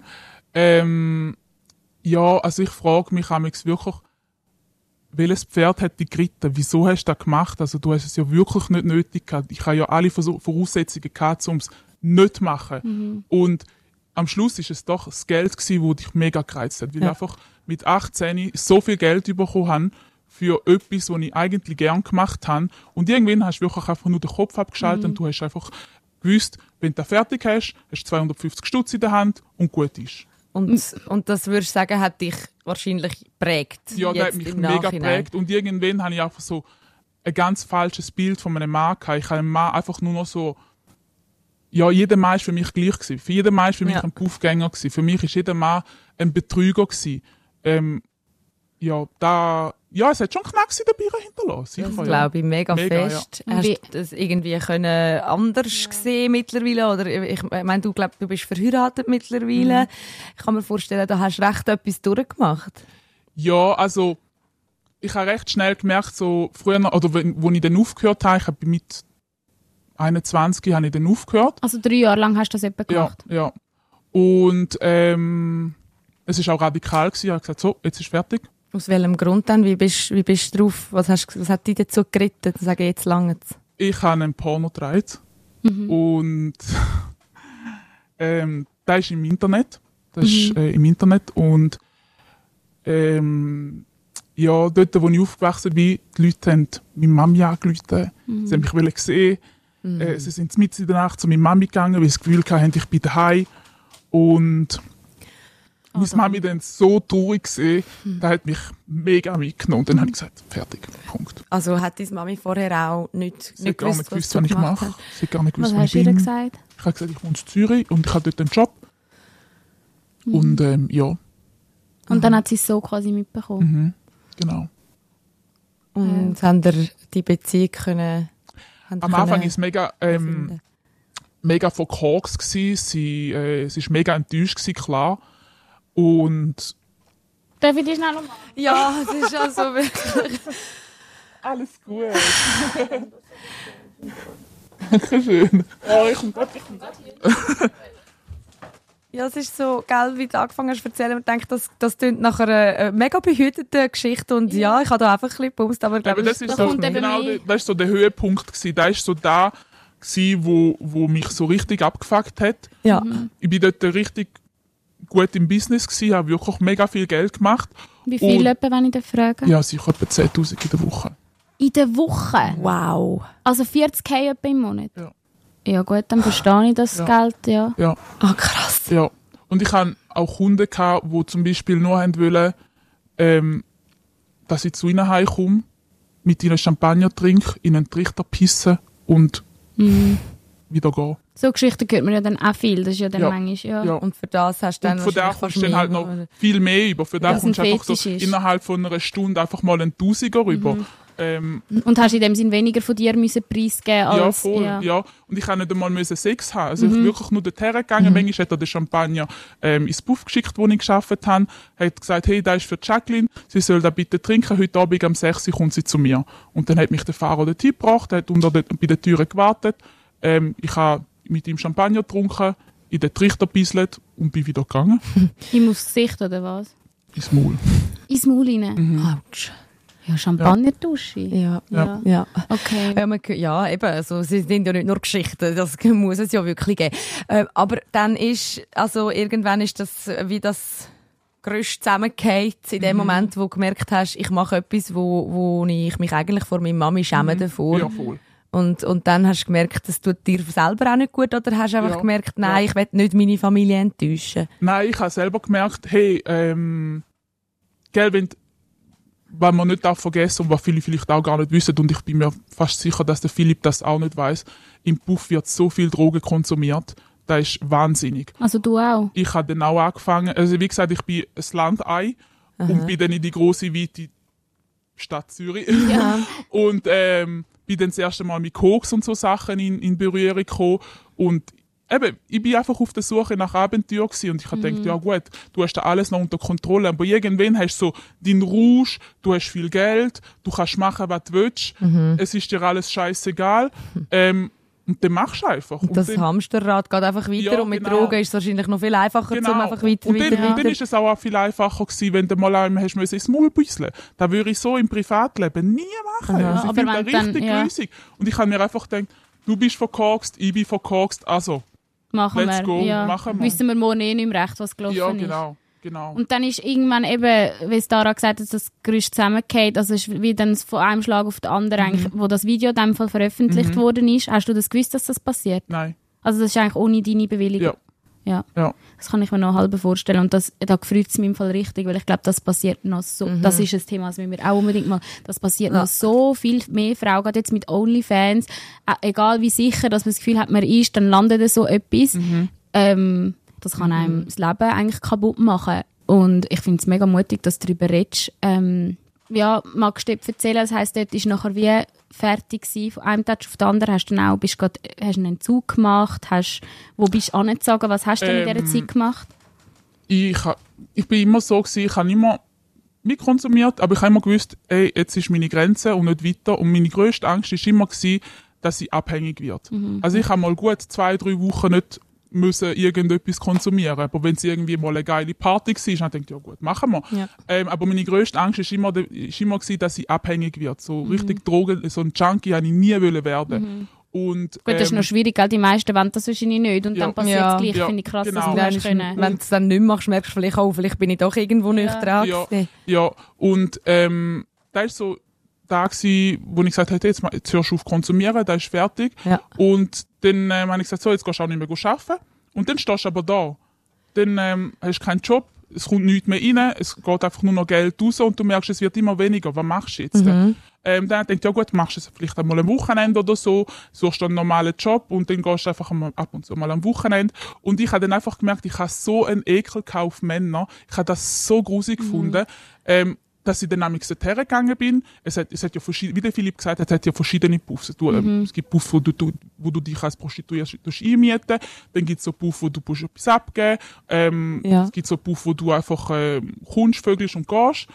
Ja, also ich frage mich wirklich, welches Pferd hat dich geritten? Wieso hast du das gemacht? Also du hast es ja wirklich nicht nötig gehabt. Ich habe ja alle Voraussetzungen gehabt, um es nicht zu machen. Und am Schluss ist es doch das Geld gewesen, das dich mega gereizt hat. Weil ich einfach mit 18 so viel Geld bekommen habe für etwas, was ich eigentlich gern gemacht habe. Und irgendwann hast du wirklich einfach nur den Kopf abgeschaltet und du hast einfach gewusst, wenn du das fertig hast, hast du 250 Stutz in der Hand und gut ist. Und das würdest du sagen, hat dich wahrscheinlich geprägt? Ja, das hat mich mega geprägt. Und irgendwann habe ich einfach so ein ganz falsches Bild von einem Mann gehabt. Ich habe einen Mann einfach nur noch so, ja, jeder Mann war für mich gleich gewesen. Für jeden Mann war für mich ein Puffgänger gewesen. Für mich war jeder Mann ein Betrüger gewesen. Es hat schon Knacks in der Birne hinterlassen. Das glaube ich mega fest. Ja. Hast du das irgendwie anders gesehen mittlerweile? Oder ich meine, du bist verheiratet mittlerweile. Ich kann mir vorstellen, da hast du recht etwas durchgemacht. Ja, also ich habe recht schnell gemerkt, so früher, oder wo ich dann aufgehört habe, ich habe mit 21 habe ich dann aufgehört. Also 3 Jahre lang hast du das etwa gemacht? Ja. Und es war auch radikal gewesen. Ich habe gesagt, so, jetzt ist fertig. Aus welchem Grund dann? Wie bist du drauf? Was hat dich dazu geritten? Zu sagen, jetzt langt's? Ich habe einen Porno gedreht. Und das ist im Internet. Und dort, wo ich aufgewachsen bin, die Leute haben meine Mami angerufen. Sie haben mich gesehen. Sie sind mitten in der Nacht zu meiner Mami gegangen, weil sie das Gefühl hatten, ich bin daheim. Und meine Mami dann so traurig gesehen, das hat mich mega mitgenommen. Und dann habe ich gesagt, fertig, Punkt. Also hat deine Mami vorher auch nicht gewusst, was ich mache. Sie hat gar nicht gewusst, was hast du ihr gesagt? Ich habe gesagt, ich wohne in Zürich und ich habe dort einen Job. Und ja. Und dann hat sie es so quasi mitbekommen. Genau. Und haben ihr die Beziehung können... Am Anfang war es mega verkorkst gewesen. Sie war mega enttäuscht gewesen, klar. Und... Darf ich dich schnell nochmal? Ja, es ist also wirklich... Alles gut. Dankeschön. Oh, ich komme gerade hier. Ja, es ist so, gell, wie du angefangen hast zu erzählen, man denkt, das klingt nach einer mega behüteten Geschichte und ja, ich habe da einfach ein bisschen gepumst, aber ich glaube, das ist so, genau, das ist so der Höhepunkt gewesen. Das ist so da gewesen, wo mich so richtig abgefuckt hat. Ja. Ich bin dort richtig gut im Business gewesen, habe wirklich mega viel Geld gemacht. Wie viel etwa, wenn ich das frage? Ja, sicher etwa 10'000 in der Woche. In der Woche? Wow. Also 40'000 etwa im Monat? Ja. Ja gut, dann verstehe ich das Geld, ja. Ja. Ah, krass. Ja. Und ich hatte auch Kunden gehabt, die zum Beispiel nur wollen, dass ich zu ihnen heimkomme, mit ihnen Champagner trinke, in einen Trichter pisse und wieder gehe. So Geschichten hört man ja dann auch viel, das ist ja dann manchmal, ja. Und für das hast du dann und für das kommst du dann halt noch viel mehr über. Für das kommst du einfach so innerhalb von einer Stunde einfach mal einen Tausiger rüber. Und hast in dem Sinn weniger von dir müssen preisgeben als... Ja, voll, ja. Und ich musste nicht einmal Sex haben. Also ich bin wirklich nur dorthin gegangen. Manchmal hat er den Champagner ins Puff geschickt, wo ich gearbeitet habe. Er hat gesagt, hey, das ist für Jacqueline, sie soll das bitte trinken. Heute Abend um 6 Uhr kommt sie zu mir. Und dann hat mich der Fahrer dorthin gebracht, er hat bei der Tür gewartet. Ich habe mit ihm Champagner getrunken, in den Trichter gebisselt und bin wieder gegangen. Ihm aufs Gesicht, oder was? Ins Maul. Ins Maul rein? Autsch. Ja, Champagnerdusche. Ja. Okay. Ja, eben, also, sie sind ja nicht nur Geschichten, das muss es ja wirklich geben. Aber dann ist, also irgendwann ist das, wie das Gerüst zusammengeht, in dem Moment, wo du gemerkt hast, ich mache etwas, wo ich mich eigentlich vor meiner Mami schäme davor. Ja, voll. Und dann hast du gemerkt, das tut dir selber auch nicht gut, oder hast du einfach gemerkt, nein, ich will nicht meine Familie enttäuschen? Nein, ich habe selber gemerkt, hey, gell, was man nicht vergessen darf und was viele vielleicht auch gar nicht wissen, und ich bin mir fast sicher, dass der Philipp das auch nicht weiss, im Puff wird so viel Drogen konsumiert, das ist wahnsinnig. Also du auch? Ich habe dann auch angefangen, also wie gesagt, ich bin ein Landei und bin dann in die grosse, weite Stadt Zürich. Ja. Und bin dann das erste Mal mit Koks und so Sachen in Berührung gekommen. Und eben, ich bin einfach auf der Suche nach Abenteuer gewesen. Und ich habe gedacht, ja gut, du hast da alles noch unter Kontrolle. Aber irgendwann hast du so deinen Rausch, du hast viel Geld, du kannst machen, was du willst. Es ist dir alles scheißegal. Und dann machst du einfach. Und das dann, Hamsterrad geht einfach weiter Ja, und mit genau. Drogen ist es wahrscheinlich noch viel einfacher, Genau. um einfach weiter, und dann weiter. ist es auch viel einfacher gewesen, wenn du mal einem hast ins Maul büsseln. Das würde ich so im Privatleben nie machen. Aha. Also ich Aber finde wenn das dann- richtig ja. grusig. Und ich habe mir einfach gedacht, du bist verkorkst, ich bin verkorkst, also Machen let's wir. go, Ja. machen wir. Wissen wir morgen nicht mehr recht, was gelaufen ja, ist. genau. Und dann ist irgendwann eben, wie es Dara gesagt hat, das Gerüst zusammengeht. Also es ist wie dann von einem Schlag auf den anderen, eigentlich, wo das Video in dem Fall veröffentlicht worden ist. Hast du das gewusst, dass das passiert? Nein. Also das ist eigentlich ohne deine Bewilligung? Ja. Ja. Ja. Das kann ich mir noch halb vorstellen. Und da freut es mich im Fall richtig, weil ich glaube, das passiert noch so. Das ist ein Thema, das müssen wir auch unbedingt mal. Das passiert noch so viel mehr Frauen, gerade jetzt mit OnlyFans. Egal wie sicher, dass man das Gefühl hat, man ist, dann landet da so etwas. Das kann einem das Leben eigentlich kaputt machen. Und ich finde es mega mutig, dass du darüber redest. Magst du dir erzählen, das heisst, dort ist nachher wie fertig gewesen, von einem Tag auf den anderen, hast du dann auch, hast einen Entzug gemacht, wo bist du angezogen, was hast du denn in dieser Zeit gemacht? Ich bin immer so gewesen, ich habe immer mitkonsumiert, aber ich habe immer gewusst, ey, jetzt ist meine Grenze und nicht weiter. Und meine grösste Angst war immer gewesen, dass sie abhängig wird. Also ich habe mal gut 2-3 Wochen nicht müssen irgendetwas konsumieren. Aber wenn es irgendwie mal eine geile Party war, dann denke ich, ja gut, machen wir. Ja. Aber meine grösste Angst ist immer gewesen, dass sie abhängig wird. So richtig Drogen, so ein Junkie habe ich nie werden. Und, Gut, das ist noch schwierig, gell? Die meisten wollen das wahrscheinlich nicht. Und Ja. dann passiert es gleich, Ja, finde ich krass, genau. dass du das können. Wenn du es dann nicht machst, merkst du vielleicht auch, vielleicht bin ich doch irgendwo nüchtern Ja, gewesen. ja. Und da ist so da gsi, wo ich gesagt hätte, jetzt hörst du auf konsumieren, da ist fertig. Ja. Und dann habe ich gesagt, so, jetzt gehst du auch nicht mehr arbeiten. Und dann stehst du aber da. Dann hast du keinen Job, es kommt nichts mehr rein, es geht einfach nur noch Geld raus und du merkst, es wird immer weniger. Was machst du jetzt? Dann denke ich, ja gut, machst du es vielleicht einmal am Wochenende oder so, suchst du einen normalen Job und dann gehst du einfach ab und zu mal am Wochenende. Und ich habe dann einfach gemerkt, ich habe so einen Ekel auf Männer, ich habe das so grusig gefunden, dass ich dann nämlich hergegangen bin. Es hat ja verschiedene, wie der Philipp gesagt hat, es hat ja verschiedene Puffs. Es gibt Puffs, wo du dich als Prostituierte einmieten. Dann gibt es so Puffs, wo du etwas abgeben Es gibt so Puffs, wo du einfach kommst, vögelst und gehst.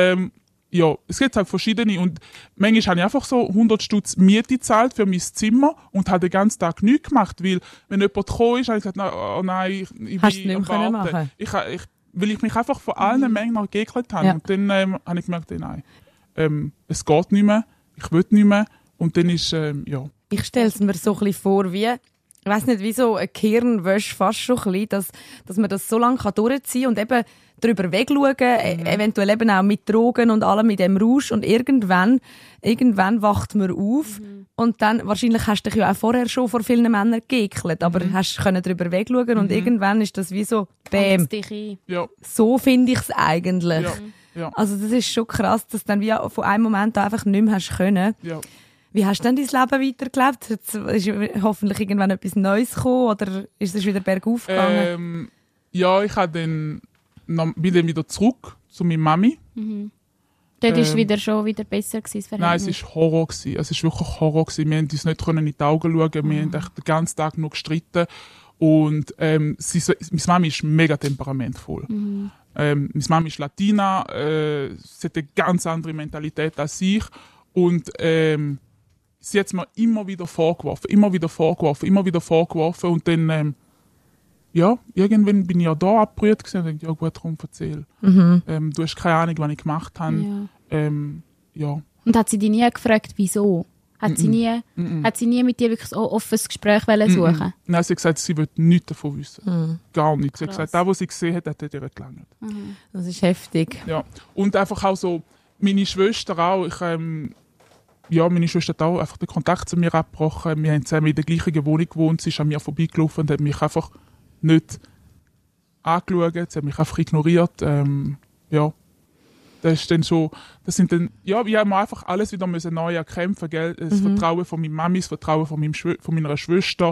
Es gibt halt verschiedene. Und manchmal habe ich einfach so 100 Stutz Miete gezahlt für mein Zimmer und habe den ganzen Tag nichts gemacht. Weil, wenn jemand gekommen ist, habe ich gesagt, oh nein, ich Hast du bin nicht am mehr Warten. machen? Weil ich mich einfach von allen Männern geekelt habe. Ja. Und dann habe ich gemerkt, nein, es geht nicht mehr, ich will nicht mehr. Und dann ist, Ich stelle es mir so ein bisschen vor, wie, ich weiss nicht, wie so eine Gehirnwäsche fast schon ein bisschen, dass man das so lange durchziehen kann und eben darüber wegschauen, eventuell eben auch mit Drogen und allem mit dem Rausch und irgendwann wacht man auf und dann, wahrscheinlich hast du dich ja auch vorher schon vor vielen Männern geekelt, aber hast können darüber wegschauen und irgendwann ist das wie so, bäm. Kannst dich ein. ja, So finde ich es eigentlich. ja. Also das ist schon krass, dass du dann wie von einem Moment an einfach nicht mehr hast können. Ja. Wie hast du denn dein Leben weitergelebt? Jetzt ist hoffentlich irgendwann etwas Neues gekommen oder ist es wieder bergauf gegangen? Ich bin dann wieder zurück zu meiner Mami. Dort war es schon wieder besser gewesen, das Nein, Verhältnis. es war Horror gewesen. Es war wirklich Horror gewesen. Wir konnten uns nicht in die Augen schauen. Wir haben echt den ganzen Tag nur gestritten. Und meine Mami ist mega temperamentvoll. Meine Mami ist Latina. Sie hat eine ganz andere Mentalität als ich. Und sie hat es mir immer wieder vorgeworfen. Und dann, irgendwann bin ich ja da abgerührt gewesen und dachte, ja gut, komm, erzähl. Du hast keine Ahnung, was ich gemacht habe. Ja. Und hat sie dich nie gefragt, wieso? Hat sie nie mit dir wirklich ein offenes Gespräch suchen? Nein, sie hat gesagt, sie will nichts davon wissen. Gar nichts. Sie hat gesagt, das, was sie gesehen hat, hat ihr gelangt. Das ist heftig. Ja. Und einfach auch so, meine Schwester auch, meine Schwester hat auch einfach den Kontakt zu mir abgebrochen. Wir haben zusammen in der gleichen Wohnung gewohnt. Sie ist an mir vorbeigelaufen und hat mich einfach nicht angeschaut. Sie hat mich einfach ignoriert. Das ist dann so, ich habe einfach alles wieder neu erkämpfen, gell? Das Vertrauen von meiner Mami, das Vertrauen von meiner Schwester.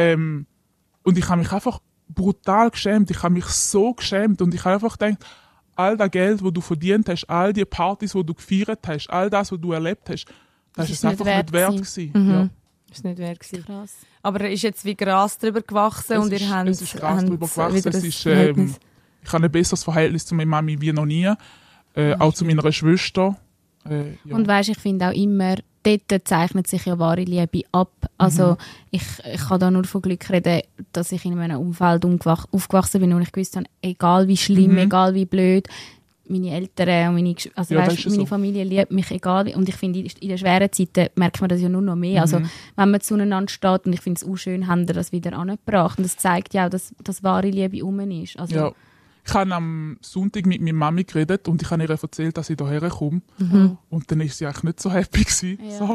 Und ich habe mich einfach brutal geschämt. Ich habe mich so geschämt und ich habe einfach gedacht, all das Geld, das du verdient hast, all die Partys, die du gefeiert hast, all das, was du erlebt hast, das ist einfach nicht wert gewesen. Ja. Ist nicht wert gewesen. Krass. Aber er ist jetzt wie Gras drüber gewachsen und ihr habt es ist Gras drüber gewachsen. wieder Es das ist, Verhältnis. ich habe ein besseres Verhältnis zu meiner Mami wie noch nie. Auch zu meiner Schwester. Ja. Und weisst, ich finde auch immer, dort zeichnet sich ja wahre Liebe ab. Also ich kann da nur von Glück reden, dass ich in einem Umfeld aufgewachsen bin und ich gewusst habe, egal wie schlimm, egal wie blöd, meine Eltern und meine, also Ja, weisst, das ist meine so. Familie liebt mich, egal wie. Und ich finde, in den schweren Zeiten merkt man das ja nur noch mehr. Also wenn man zueinander steht, und ich finde es auch schön, haben wir das wieder angebracht. Und das zeigt ja auch, dass wahre Liebe rum ist. Also, Ja. Ich habe am Sonntag mit meiner Mami geredet und ich habe ihr erzählt, dass ich hierher komme. Und dann war sie eigentlich nicht so happy gewesen. Ja. Sorry.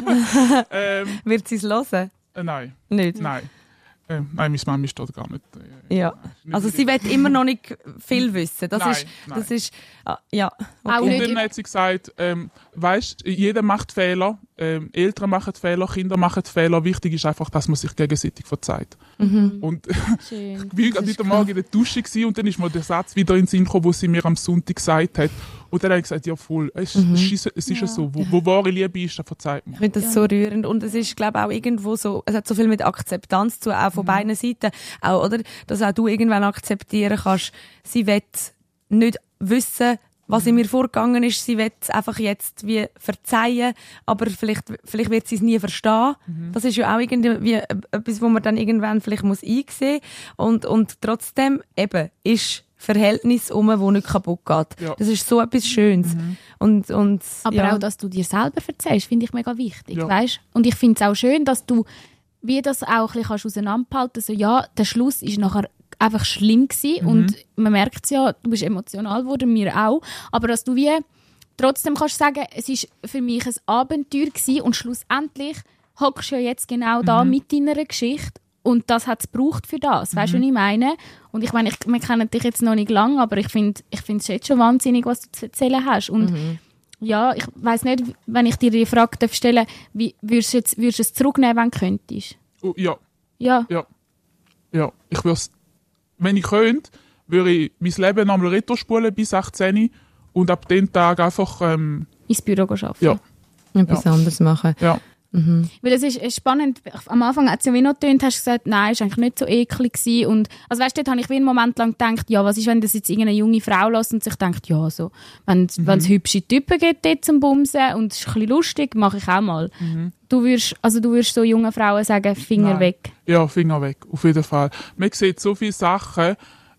Ja. Wird sie es hören? Nein. Nicht? Nein. Nein, meine Mami steht gar nicht. Ja. Nicht Also sie drin. will immer noch nicht viel wissen. Das Nein, ist, nein. das ist, ja. Auch Und nicht dann hat sie gesagt, weisst, jeder macht Fehler, Eltern machen Fehler, Kinder machen Fehler. Wichtig ist einfach, dass man sich gegenseitig verzeiht. Und schön. ich war gerade heute Morgen in der Dusche gewesen, und dann ist mir der Satz wieder in den Sinn gekommen, den sie mir am Sonntag gesagt hat. Und dann habe ich gesagt, ja voll, es ist ja so, wo wahre Liebe ist, da verzeiht man. Ich finde das so rührend und es ist, glaube ich, auch irgendwo so, es hat so viel mit Akzeptanz zu, auch von beiden Seiten, auch, oder, dass auch du irgendwann akzeptieren kannst, sie will nicht wissen, was in mir vorgegangen ist, sie will es einfach jetzt wie verzeihen, aber vielleicht wird sie es nie verstehen. Das ist ja auch irgendwie etwas, wo man dann irgendwann vielleicht muss einsehen muss und trotzdem eben ist Verhältnis wo nicht kaputt geht. Ja. Das ist so etwas Schönes. Und, Aber ja. auch, dass du dir selber verzeihst, finde ich mega wichtig. Ja. Weißt? Und ich finde es auch schön, dass du wie das auch ein bisschen kannst auseinanderhalten kannst. So, ja, der Schluss ist nachher einfach schlimm gewesen und man merkt es ja, du bist emotional geworden, mir auch. Aber dass du wie trotzdem kannst sagen, es ist für mich ein Abenteuer gewesen und schlussendlich hockst du ja jetzt genau da mit deiner Geschichte. Und das hat es gebraucht für das. Weißt du, was ich meine? Und ich meine, wir kennen dich jetzt noch nicht lange, aber ich finde es jetzt schon wahnsinnig, was du zu erzählen hast. Und ja, ich weiss nicht, wenn ich dir die Frage stellen darf, wie würdest du es zurücknehmen, wenn du könntest? Oh, ja. Ja. Ja, ich würde, wenn ich könnte, würde ich mein Leben nochmal retro-spulen bis 18 und ab dem Tag einfach, Ins Büro arbeiten. ja, etwas anderes machen. ja. Weil es ist spannend, am Anfang hat es ja wie noch getönt, hast du gesagt, nein, es war eigentlich nicht so eklig gewesen. Und, also weißt du, dort habe ich wie einen Moment lang gedacht, ja, was ist, wenn das jetzt irgendeine junge Frau lässt und sich denkt, ja, so, wenn es hübsche Typen gibt dort zum Bumsen und es ist ein bisschen lustig, mache ich auch mal. Du würdest so jungen Frauen sagen, Finger Nein. weg. Ja, Finger weg, auf jeden Fall. Man sieht so viele Sachen,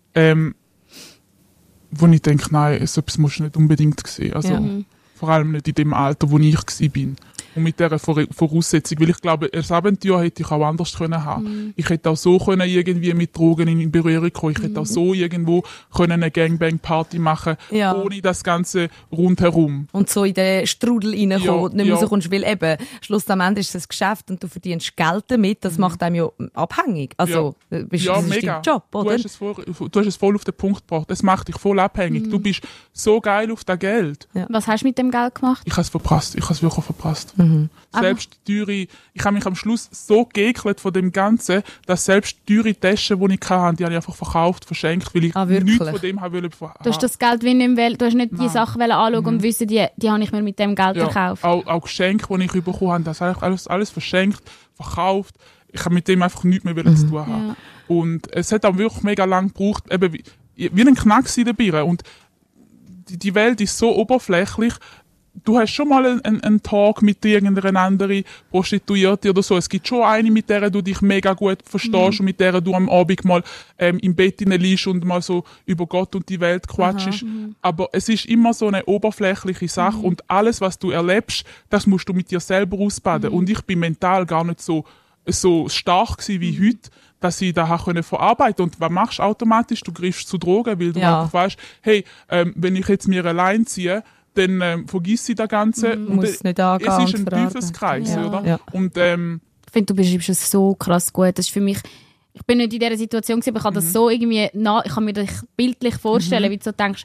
wo ich denke, nein, so etwas musst du nicht unbedingt sehen. Also, vor allem nicht in dem Alter, wo ich war. Und mit dieser Voraussetzung, weil ich glaube, das Abenteuer hätte ich auch anders können haben. Ich hätte auch so können irgendwie mit Drogen in Berührung kommen. Ich hätte auch so irgendwo können eine Gangbang-Party machen, Ja. ohne das Ganze rundherum. Und so in den Strudel reinkommen Ja, und nicht ja. rauskommst, weil eben, Schluss am Ende ist es ein Geschäft und du verdienst Geld damit, das macht einem ja abhängig. Also, das ist dein Job, Du oder? hast es voll auf den Punkt gebracht. Das macht dich voll abhängig. Du bist so geil auf das Geld. Was hast du mit dem Geld gemacht? Ich habe es verpasst. Ich habe es wirklich verpasst. Selbst teure, ich habe mich am Schluss so geekelt von dem Ganzen, dass selbst teure Taschen, die ich hatte, die habe ich einfach verkauft, verschenkt, weil ich wirklich? nichts von dem habe Du hast das Geld wie nicht mehr, du hast nicht die Nein. Sachen anschauen und wissen, die habe ich mir mit dem Geld gekauft. auch Geschenke, die ich bekommen habe, das habe ich alles verschenkt, verkauft. Ich habe mit dem einfach nichts mehr zu tun haben. Ja. Und es hat auch wirklich mega lang gebraucht, eben wie ein Knacks in der Birne. Und die Welt ist so oberflächlich. Du hast schon mal einen Talk mit irgendeiner anderen Prostituierte oder so. Es gibt schon eine, mit der du dich mega gut verstehst und mit der du am Abend mal im Bett liegst und mal so über Gott und die Welt quatschst. Aber es ist immer so eine oberflächliche Sache und alles, was du erlebst, das musst du mit dir selber ausbaden. Und ich bin mental gar nicht so stark gewesen wie heute, dass ich da verarbeiten konnte. Und was machst du automatisch? Du greifst zu Drogen, weil du einfach weißt, hey, wenn ich jetzt mir allein ziehe, dann vergiss ich das Ganze. Und Muss es nicht angehen es ist und ein verarbeiten. Teufelskreis, Ja. oder? Ja. Und Ich finde, du beschreibst es so krass gut. Das ist für mich, ich bin nicht in dieser Situation gewesen, aber ich kann das so irgendwie ich kann mir das bildlich vorstellen, wie du so denkst,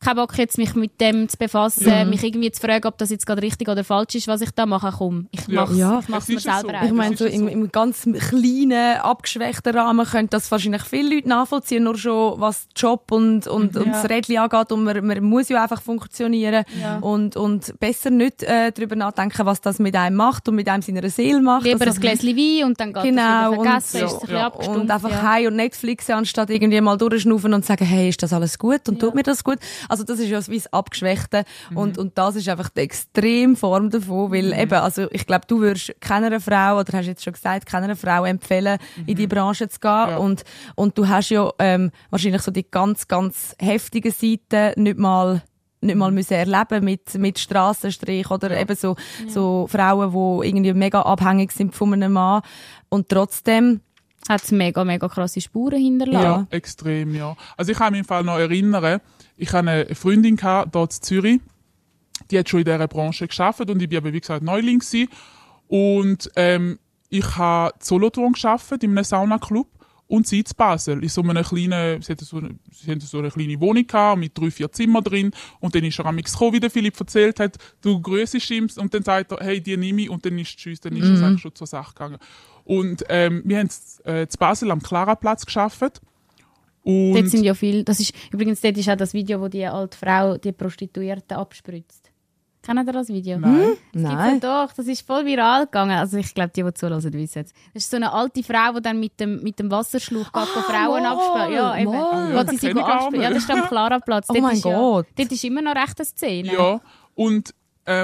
keinen Bock jetzt mich mit dem zu befassen, mich irgendwie zu fragen, ob das jetzt gerade richtig oder falsch ist, was ich da mache. Komm, ich mache es mir selber Ich meine, so im ganz kleinen, abgeschwächten Rahmen können das wahrscheinlich viele Leute nachvollziehen, nur schon was Job und das Rädchen angeht und man muss ja einfach funktionieren und besser nicht darüber nachdenken, was das mit einem macht und mit einem seiner Seele macht. Lieber ein Gläschen Wein und dann geht das wieder vergessen, ist es ein bisschen abgestumpft. Und einfach heim und Netflix anstatt irgendwie mal durchschnaufen und sagen, hey, ist das alles gut und tut mir das gut? Also das ist ja wie das Abgeschwächte und das ist einfach die Extremform davon, weil eben, also ich glaube, du würdest keiner Frau, oder hast jetzt schon gesagt, keiner Frau empfehlen, in die Branche zu gehen und du hast ja wahrscheinlich so die ganz, ganz heftigen Seiten nicht mal müssen erleben mit Strassenstrich oder eben so Frauen, die irgendwie mega abhängig sind von einem Mann und trotzdem hat es mega, mega krasse Spuren hinterlassen. Ja, extrem, ja. Also ich kann mich im Fall noch erinnern, ich hatte eine Freundin hier in Zürich, die hat schon in dieser Branche gearbeitet und ich war aber, wie gesagt, Neuling gewesen. Und ich habe Solothurn gearbeitet in einem Saunaclub und sie in Basel. In so einer kleinen, sie hatten so eine kleine Wohnung gehabt, mit 3-4 Zimmern drin. Und dann ist er am X gekommen, wie der Philipp erzählt hat, du grüßest ihm und dann sagt er, hey, die nehme ich und dann ist tschüss, dann ist es eigentlich schon zur Sache gegangen. Und wir haben in Basel am Klaraplatz gearbeitet. Und dort sind ja viele, dort ist auch das Video, wo die alte Frau die Prostituierten abspritzt. Kennt ihr das Video? Nein. Nein. Ja doch, das ist voll viral gegangen. Also ich glaube, die zuhören, wissen es. Das ist so eine alte Frau, die dann mit dem Wasserschlauch Frauen abspült. Ja, eben. Ja, Sie abspült. Ja, das ist am Klaraplatz. Oh mein Gott. Dort ist immer noch recht eine Szene. Ja, und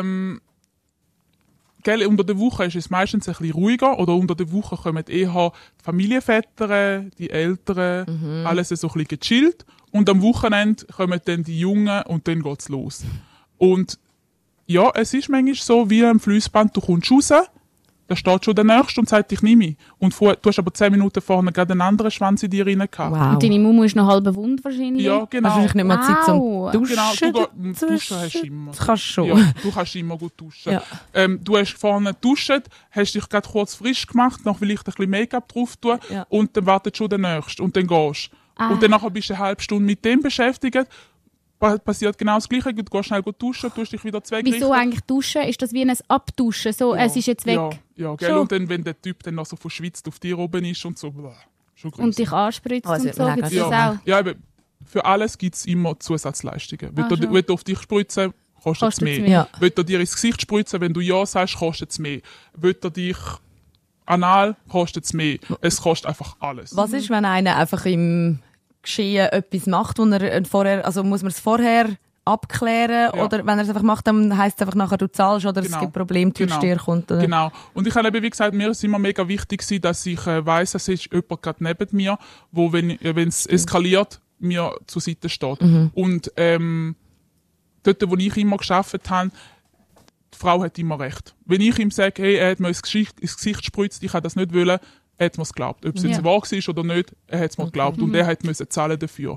unter der Woche ist es meistens ein bisschen ruhiger oder unter der Woche kommen eher die Familienväter, die Eltern, alles so ein bisschen gechillt und am Wochenende kommen dann die Jungen und dann geht's los. Und ja, es ist manchmal so wie am Flussband, du kommst raus, da steht schon der Nächste und sagt, ich nehme mich. Und du hast aber 10 Minuten vorne gerade einen anderen Schwanz in dir rein gehabt. Wow. Und deine Mumu ist noch halb wund wahrscheinlich. Ja, genau. Hast du nicht mal Zeit zum Duschen? Genau, duschen hast du immer. Das kannst du schon. Ja, du kannst immer gut duschen. Ja. Du hast vorne geduscht, hast dich gerade kurz frisch gemacht, noch vielleicht ein bisschen Make-up drauf tun und dann wartet schon der Nächste und dann gehst du. Und dann bist du eine halbe Stunde mit dem beschäftigt. Passiert genau das Gleiche, du gehst schnell duschen, tust dich wieder weg. Wieso eigentlich duschen? Ist das wie ein Abduschen? So, es ist jetzt weg. Ja, gell? Und dann, wenn der Typ dann noch so verschwitzt auf dir oben ist und so, schon gruselig. Und dich anspritzt Also, und so, gibt's das auch? Ja, aber für alles gibt es immer Zusatzleistungen. Wenn du auf dich spritzen, kostet es mehr. Ja. Will er dir ins Gesicht spritzen, wenn du Ja sagst, kostet es mehr. Will er dich anal, kostet es mehr. Es kostet einfach alles. Was ist, wenn einer einfach im Geschehen etwas macht, wo er vorher, also muss man es vorher abklären oder wenn er es einfach macht, dann heisst es einfach nachher, du zahlst oder es gibt Probleme, die Tür kommt. Oder? Genau. Und ich habe eben, wie gesagt, mir ist immer mega wichtig gewesen, dass ich weiss, es ist jemand gerade neben mir, wo, wenn es eskaliert, mir zur Seite steht. Und dort, wo ich immer gearbeitet habe, die Frau hat immer recht. Wenn ich ihm sage, hey, er hat mir ins Gesicht gespritzt, ich habe das nicht wollen, er hat mir es geglaubt. Ob es jetzt wahr war oder nicht, er hat es mir geglaubt. Und er hat müssen zahlen dafür.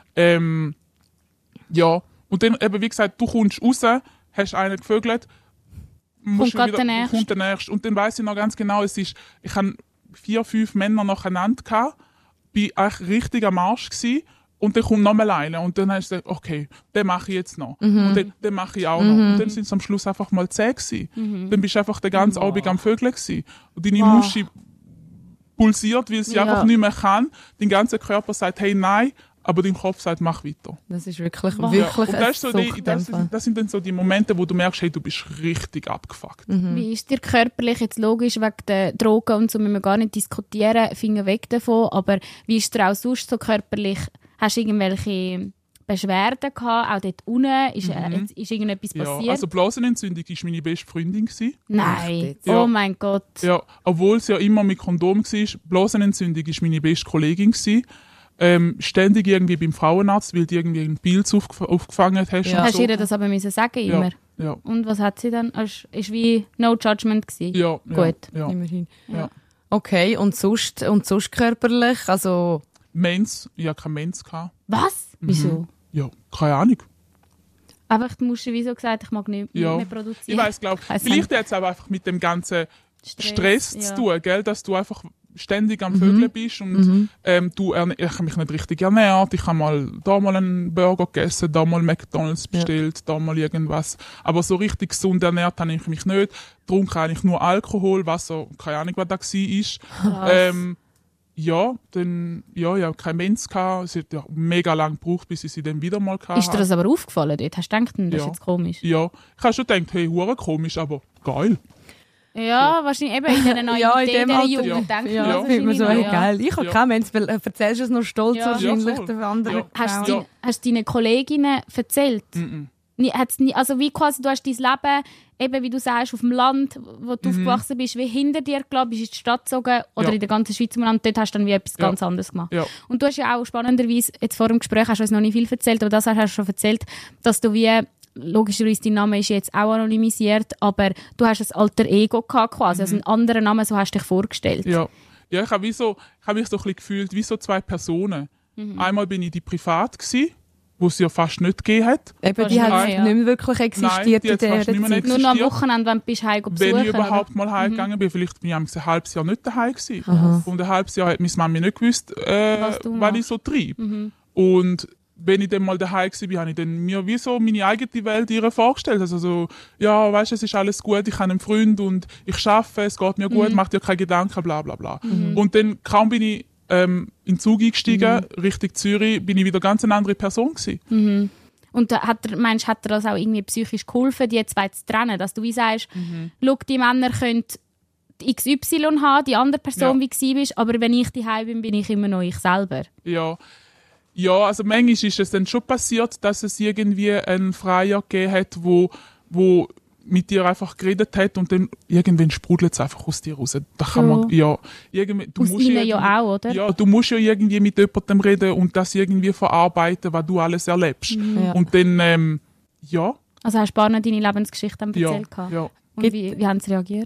Ja. Und dann eben, wie gesagt, du kommst raus, hast einen gevögelt, kommt der Nächste. Und dann weiss ich noch ganz genau, ich hatte 4-5 Männer nacheinander gehabt, bin eigentlich richtig am Arsch gewesen, und dann kommt noch mal einer. Und dann hast du gesagt, okay, den mache ich jetzt noch. Und den mache ich auch noch. Und dann sind es am Schluss einfach mal 10 gewesen. Dann bist du einfach den ganzen Abend am Vögeln gewesen. Und deine Muschi pulsiert, weil sie einfach nicht mehr kann. Dein ganzer Körper sagt, hey, nein, aber dein Kopf sagt, mach weiter. Das ist wirklich Und das sind dann so die Momente, wo du merkst, hey, du bist richtig abgefuckt. Wie ist dir körperlich, jetzt logisch, wegen der Drogen und so, müssen wir gar nicht diskutieren, Finger weg davon, aber wie ist dir auch sonst so körperlich? Hast du irgendwelche Beschwerden gehabt, auch dort unten? Ist irgendetwas passiert? Ja, also Blasenentzündung war meine beste Freundin. Nein, Ja. Oh mein Gott. Ja, obwohl sie ja immer mit Kondom war. Blasenentzündung war meine beste Kollegin. Ständig irgendwie beim Frauenarzt, weil die irgendwie einen Pilz aufgefangen hast. Ja. Und Hast so. du ihr das aber müssen sagen immer? Ja. Und was hat sie dann? Es war wie No Judgment gewesen? Ja. Gut. Ja. Immerhin. Ja. Okay, und sonst körperlich? Also Mens, ich hatte keinen Mens. Was? Wieso? Ja, keine Ahnung. Aber die Mutter wieso gesagt, ich mag nicht mehr produzieren. Ich weiss, glaube vielleicht hat es auch einfach mit dem ganzen Stress zu tun, gell? Dass du einfach ständig am Vögeln bist und ich habe mich nicht richtig ernährt, ich habe mal einen Burger gegessen, da mal McDonald's bestellt, da mal irgendwas, aber so richtig gesund ernährt habe ich mich nicht, trinke eigentlich nur Alkohol, Wasser, keine Ahnung, was das war. Ja, kein Mensch gehabt. Es hat ja mega lang gebraucht, bis ich sie dann wieder mal hatte. Ist dir das aber aufgefallen dort? Hast du gedacht, das ist jetzt komisch? Ja, ich habe schon gedacht, hey, hure komisch, aber geil. Ja, wahrscheinlich eben in dieser neuen Idee der Jugend. Denkt man das findet man so geil. Ich habe Ja. keinen Mensch, erzählst du es noch stolz wahrscheinlich Ja, voll. den anderen. Ja. Hast du deinen Kolleginnen erzählt? Also wie quasi, du hast dein Leben, eben wie du sagst, auf dem Land, wo du aufgewachsen bist, wie hinter dir gelassen, bist in die Stadt gezogen oder in der ganzen Schweiz und dort hast du dann wie etwas ganz anderes gemacht. Ja. Und du hast ja auch spannenderweise, jetzt vor dem Gespräch hast du uns noch nicht viel erzählt, aber das hast du schon erzählt, dass du wie, logischerweise dein Name ist jetzt auch anonymisiert, aber du hast ein alter Ego gehabt quasi, also einen anderen Namen, so hast du dich vorgestellt. Ja, ich habe mich so ein bisschen gefühlt wie so zwei Personen. Einmal bin ich die privat gsi, wo es ja fast nicht gegeben hat. Eben, die hat Ja. nicht mehr wirklich existiert die hat's in fast dieser nicht mehr Zeit. Nur noch am existiert. Wochenende, wenn du bist, heim besuchen. Wenn ich überhaupt oder? mal heimgegangen bin, vielleicht bin ich ein halbes Jahr nicht daheim gewesen. Und ein halbes Jahr hat meine Mami nicht gewusst, was ich so treibe. Und wenn ich dann mal daheim war, habe ich dann mir wie so meine eigene Welt ihr vorgestellt. Also so, ja, weißt du, es ist alles gut, ich habe einen Freund und ich arbeite, es geht mir gut, mach dir keine Gedanken, bla bla bla. Und dann kaum bin ich in den Zug eingestiegen, Richtung Zürich, bin ich wieder ganz eine andere Person gewesen. Und hat dir das auch irgendwie psychisch geholfen, die zwei zu trennen? Dass du wie sagst, schau, die Männer können XY haben, die andere Person, wie du bist, aber wenn ich daheim bin, bin ich immer noch ich selber. Ja, also manchmal ist es dann schon passiert, dass es irgendwie einen Freier gegeben hat, wo mit dir einfach geredet hat und dann irgendwann sprudelt es einfach aus dir raus. Da kann man, du Aus ihnen ja auch, oder? Ja, du musst ja irgendwie mit jemandem reden und das irgendwie verarbeiten, was du alles erlebst. Ja. Und dann, Also hast du spannend deine Lebensgeschichte erzählt? gehabt? ja. Und wie haben sie reagiert?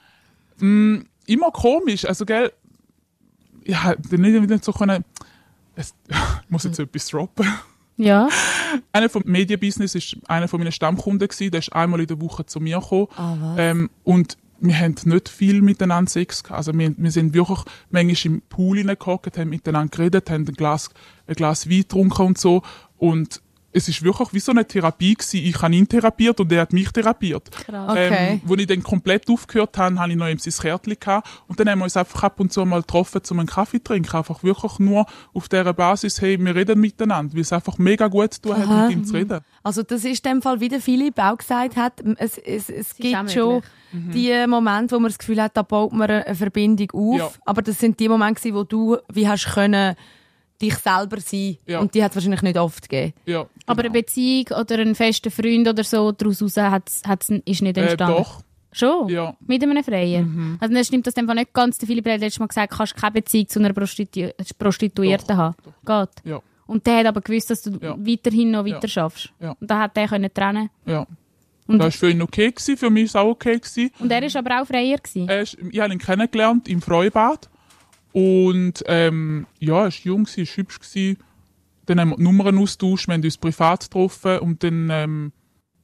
Immer komisch, also gell, ja, dann nicht so können, ich muss jetzt etwas droppen. Ja. Einer vom Medienbusiness ist einer von meinen Stammkunden gewesen. Der ist einmal in der Woche zu mir gekommen. Und wir haben nicht viel miteinander Sex gehabt. Also wir sind wirklich manchmal im Pool hineingehockt, haben miteinander geredet, haben ein Glas Wein getrunken und so. Und es ist wirklich wie so eine Therapie gewesen. Ich habe ihn therapiert und er hat mich therapiert. Okay. Wo ich dann komplett aufgehört habe, habe ich noch sein Kärtchen gehabt. Und dann haben wir uns einfach ab und zu mal getroffen, um einen Kaffee zu trinken. Einfach wirklich nur auf dieser Basis, hey, wir reden miteinander, weil es einfach mega gut zu tun hat, mit ihm zu reden. Also das ist in dem Fall, wie der Philipp auch gesagt hat, es auch gibt schon die Momente, wo man das Gefühl hat, da baut man eine Verbindung auf. Ja. Aber das sind die Momente gewesen, wo du wie hast können dich selber sein. Ja. Und die hat es wahrscheinlich nicht oft gegeben. Ja, Aber eine Beziehung oder einen festen Freund oder so daraus ist nicht entstanden? Doch. Schon? Ja. Mit einem Freier? Also dann stimmt das in dem Fall nicht ganz. Der Philipp hat letztes Mal gesagt, du kannst keine Beziehung zu einer Prostituierten haben. Geht? Ja. Und der hat aber gewusst, dass du Ja. weiterhin noch weiter schaffst. Ja. Und da hat der können trennen. Ja. Und- Das war für ihn okay, für mich war es auch okay. Und er war aber auch Freier gewesen. Ich habe ihn kennengelernt im Freibad. Und er war jung, war hübsch. Dann haben wir die Nummern austauscht, wir haben uns privat getroffen und dann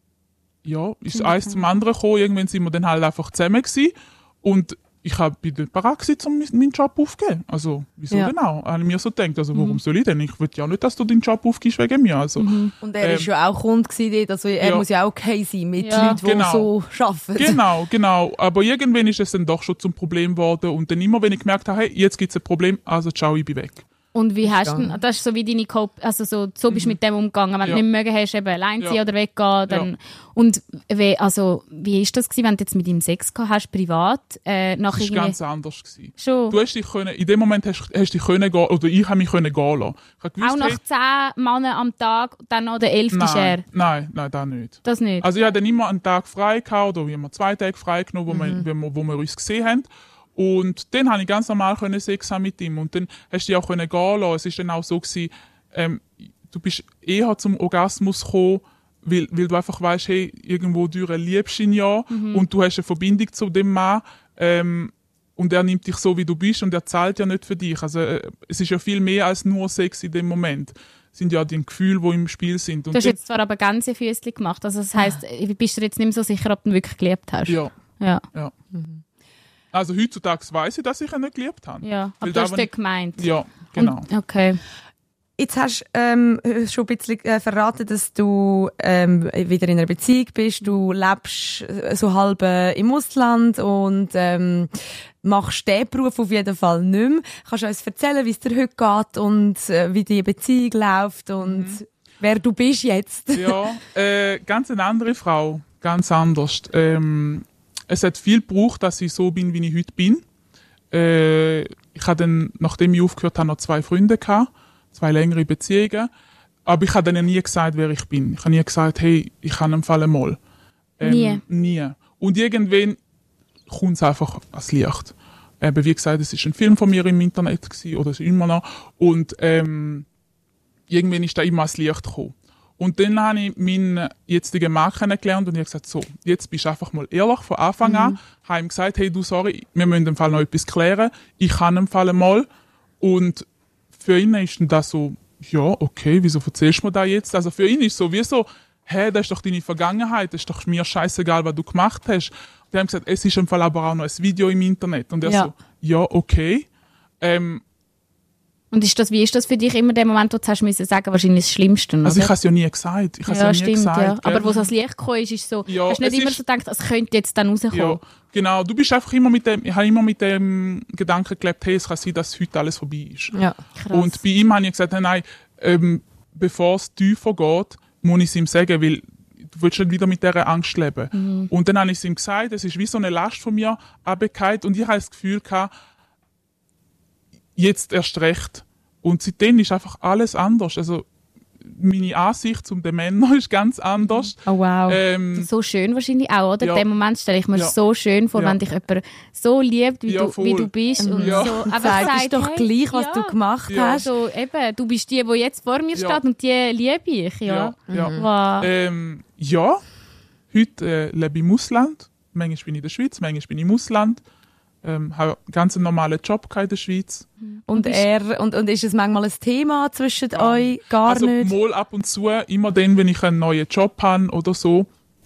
ist eins zum anderen gekommen. Irgendwann sind wir dann halt einfach zusammen gewesen. Und ich bin nicht bereit gewesen, um meinen Job aufzugeben. Also, wieso Ja. denn auch? Habe ich mir so gedacht, also warum soll ich denn? Ich will ja nicht, dass du deinen Job aufgibst wegen mir. Also, Und er war ja auch Kunde gewesen dort, also er Ja. muss ja auch okay sein mit Ja. Leuten, die Genau. so arbeiten. Genau. Aber irgendwann ist es dann doch schon zum Problem geworden. Und dann immer, wenn ich gemerkt habe, hey, jetzt gibt es ein Problem, also ciao, ich bin weg. Und wie hast du, das ist so wie deine also so bist du mit dem umgegangen, wenn Ja. du nicht mögen hast, eben allein sein Ja. oder weggehen, dann, und wie ist das gewesen, wenn du jetzt mit ihm Sex gehabt hast, privat, nach Das war irgendwie, ganz anders gewesen. schon, Du hast dich können, in dem Moment hast dich können gehen, oder ich habe mich können gehen lassen. Ich habe gewusst, auch nach 10 Männern am Tag, dann noch der 11. ist er. Nein, das nicht. Das nicht? Also ich hatte dann immer einen Tag frei gehabt, oder wir haben 2 Tage frei genommen, wo wir uns gesehen haben. Und dann konnte ich ganz normal Sex haben mit ihm. Und dann hast du dich auch gehen lassen. Es war dann auch so gewesen, du bist eher zum Orgasmus gekommen, weil du einfach weißt, hey, irgendwo durch liebst du ihn ja und du hast eine Verbindung zu dem Mann. Und er nimmt dich so, wie du bist und er zahlt ja nicht für dich. Also es ist ja viel mehr als nur Sex in dem Moment. Es sind ja die Gefühle, die im Spiel sind. Und Du hast jetzt zwar aber Gänsefüßchen gemacht, also das heisst, bist du jetzt nicht mehr so sicher, ob du ihn wirklich geliebt hast? ja. Ja. Ja. Also heutzutage weiss ich, dass ich ihn nicht geliebt habe. Ja, aber Weil du hast da, dort gemeint. Ja, genau. Okay. Jetzt hast du schon ein bisschen verraten, dass du wieder in einer Beziehung bist. Du lebst so halb im Ausland und machst den Beruf auf jeden Fall nicht mehr. Kannst du uns erzählen, wie es dir heute geht und wie die Beziehung läuft und wer du bist jetzt? Ja, ganz eine andere Frau. Ganz anders. Es hat viel gebraucht, dass ich so bin, wie ich heute bin. Ich hatte dann, nachdem ich aufgehört habe, noch 2 Freunde gehabt. 2 längere Beziehungen. Aber ich habe denen nie gesagt, wer ich bin. Ich habe nie gesagt, hey, ich kann im Fall mal. Nie. Und irgendwann kommt es einfach ans Licht. Wie gesagt, es war ein Film von mir im Internet gewesen, oder ist immer noch. Und irgendwann ist da immer ans Licht gekommen. Und dann habe ich meinen jetzigen Mann kennengelernt und ich habe gesagt, so, jetzt bist du einfach mal ehrlich von Anfang an. Habe ihm gesagt, hey, du, sorry, wir müssen im Fall noch etwas klären. Ich kann im Fall mal. Und für ihn ist das so, ja, okay, wieso erzählst du mir das jetzt? Also für ihn ist so wie so, hey, das ist doch deine Vergangenheit, das ist doch mir scheißegal, was du gemacht hast. Und die haben gesagt, es ist im Fall aber auch noch ein Video im Internet. Und er so, ja, okay. Und wie ist das für dich immer der Moment, wo du hast müssen sagen, wahrscheinlich das Schlimmste, oder? Also ich habe es ja nie gesagt. Ja. Aber wo es ans Licht gekommen ist so, ja, hast du nicht immer so gedacht, es könnte jetzt dann rauskommen? Ja, genau. Du bist einfach immer ich habe immer mit dem Gedanken gelebt, hey, es kann sein, dass heute alles vorbei ist. Ja, krass. Und bei ihm habe ich gesagt, nein, bevor es tiefer geht, muss ich es ihm sagen, weil du willst nicht wieder mit dieser Angst leben. Und dann habe ich es ihm gesagt, es ist wie so eine Last von mir abgefallen und ich habe das Gefühl gehabt, jetzt erst recht. Und seitdem ist einfach alles anders. Also meine Ansicht zu den Männern ist ganz anders. Oh wow. So schön wahrscheinlich auch, oder? Ja. Den Moment stelle ich mir so schön vor, wenn dich jemand so liebt, wie du bist. Und Ja. so. Aber Sagst doch gleich, was du gemacht hast. Also eben, du bist die jetzt vor mir steht und die liebe ich. Ja. Ja. Wow. Ja, heute lebe ich im Ausland. Manchmal bin ich in der Schweiz, manchmal bin ich im Ausland. Habe einen ganz normalen Job in der Schweiz. Und ist es manchmal ein Thema zwischen euch? Gar also nicht? mal ab und zu, immer dann, wenn ich einen neuen Job habe oder so.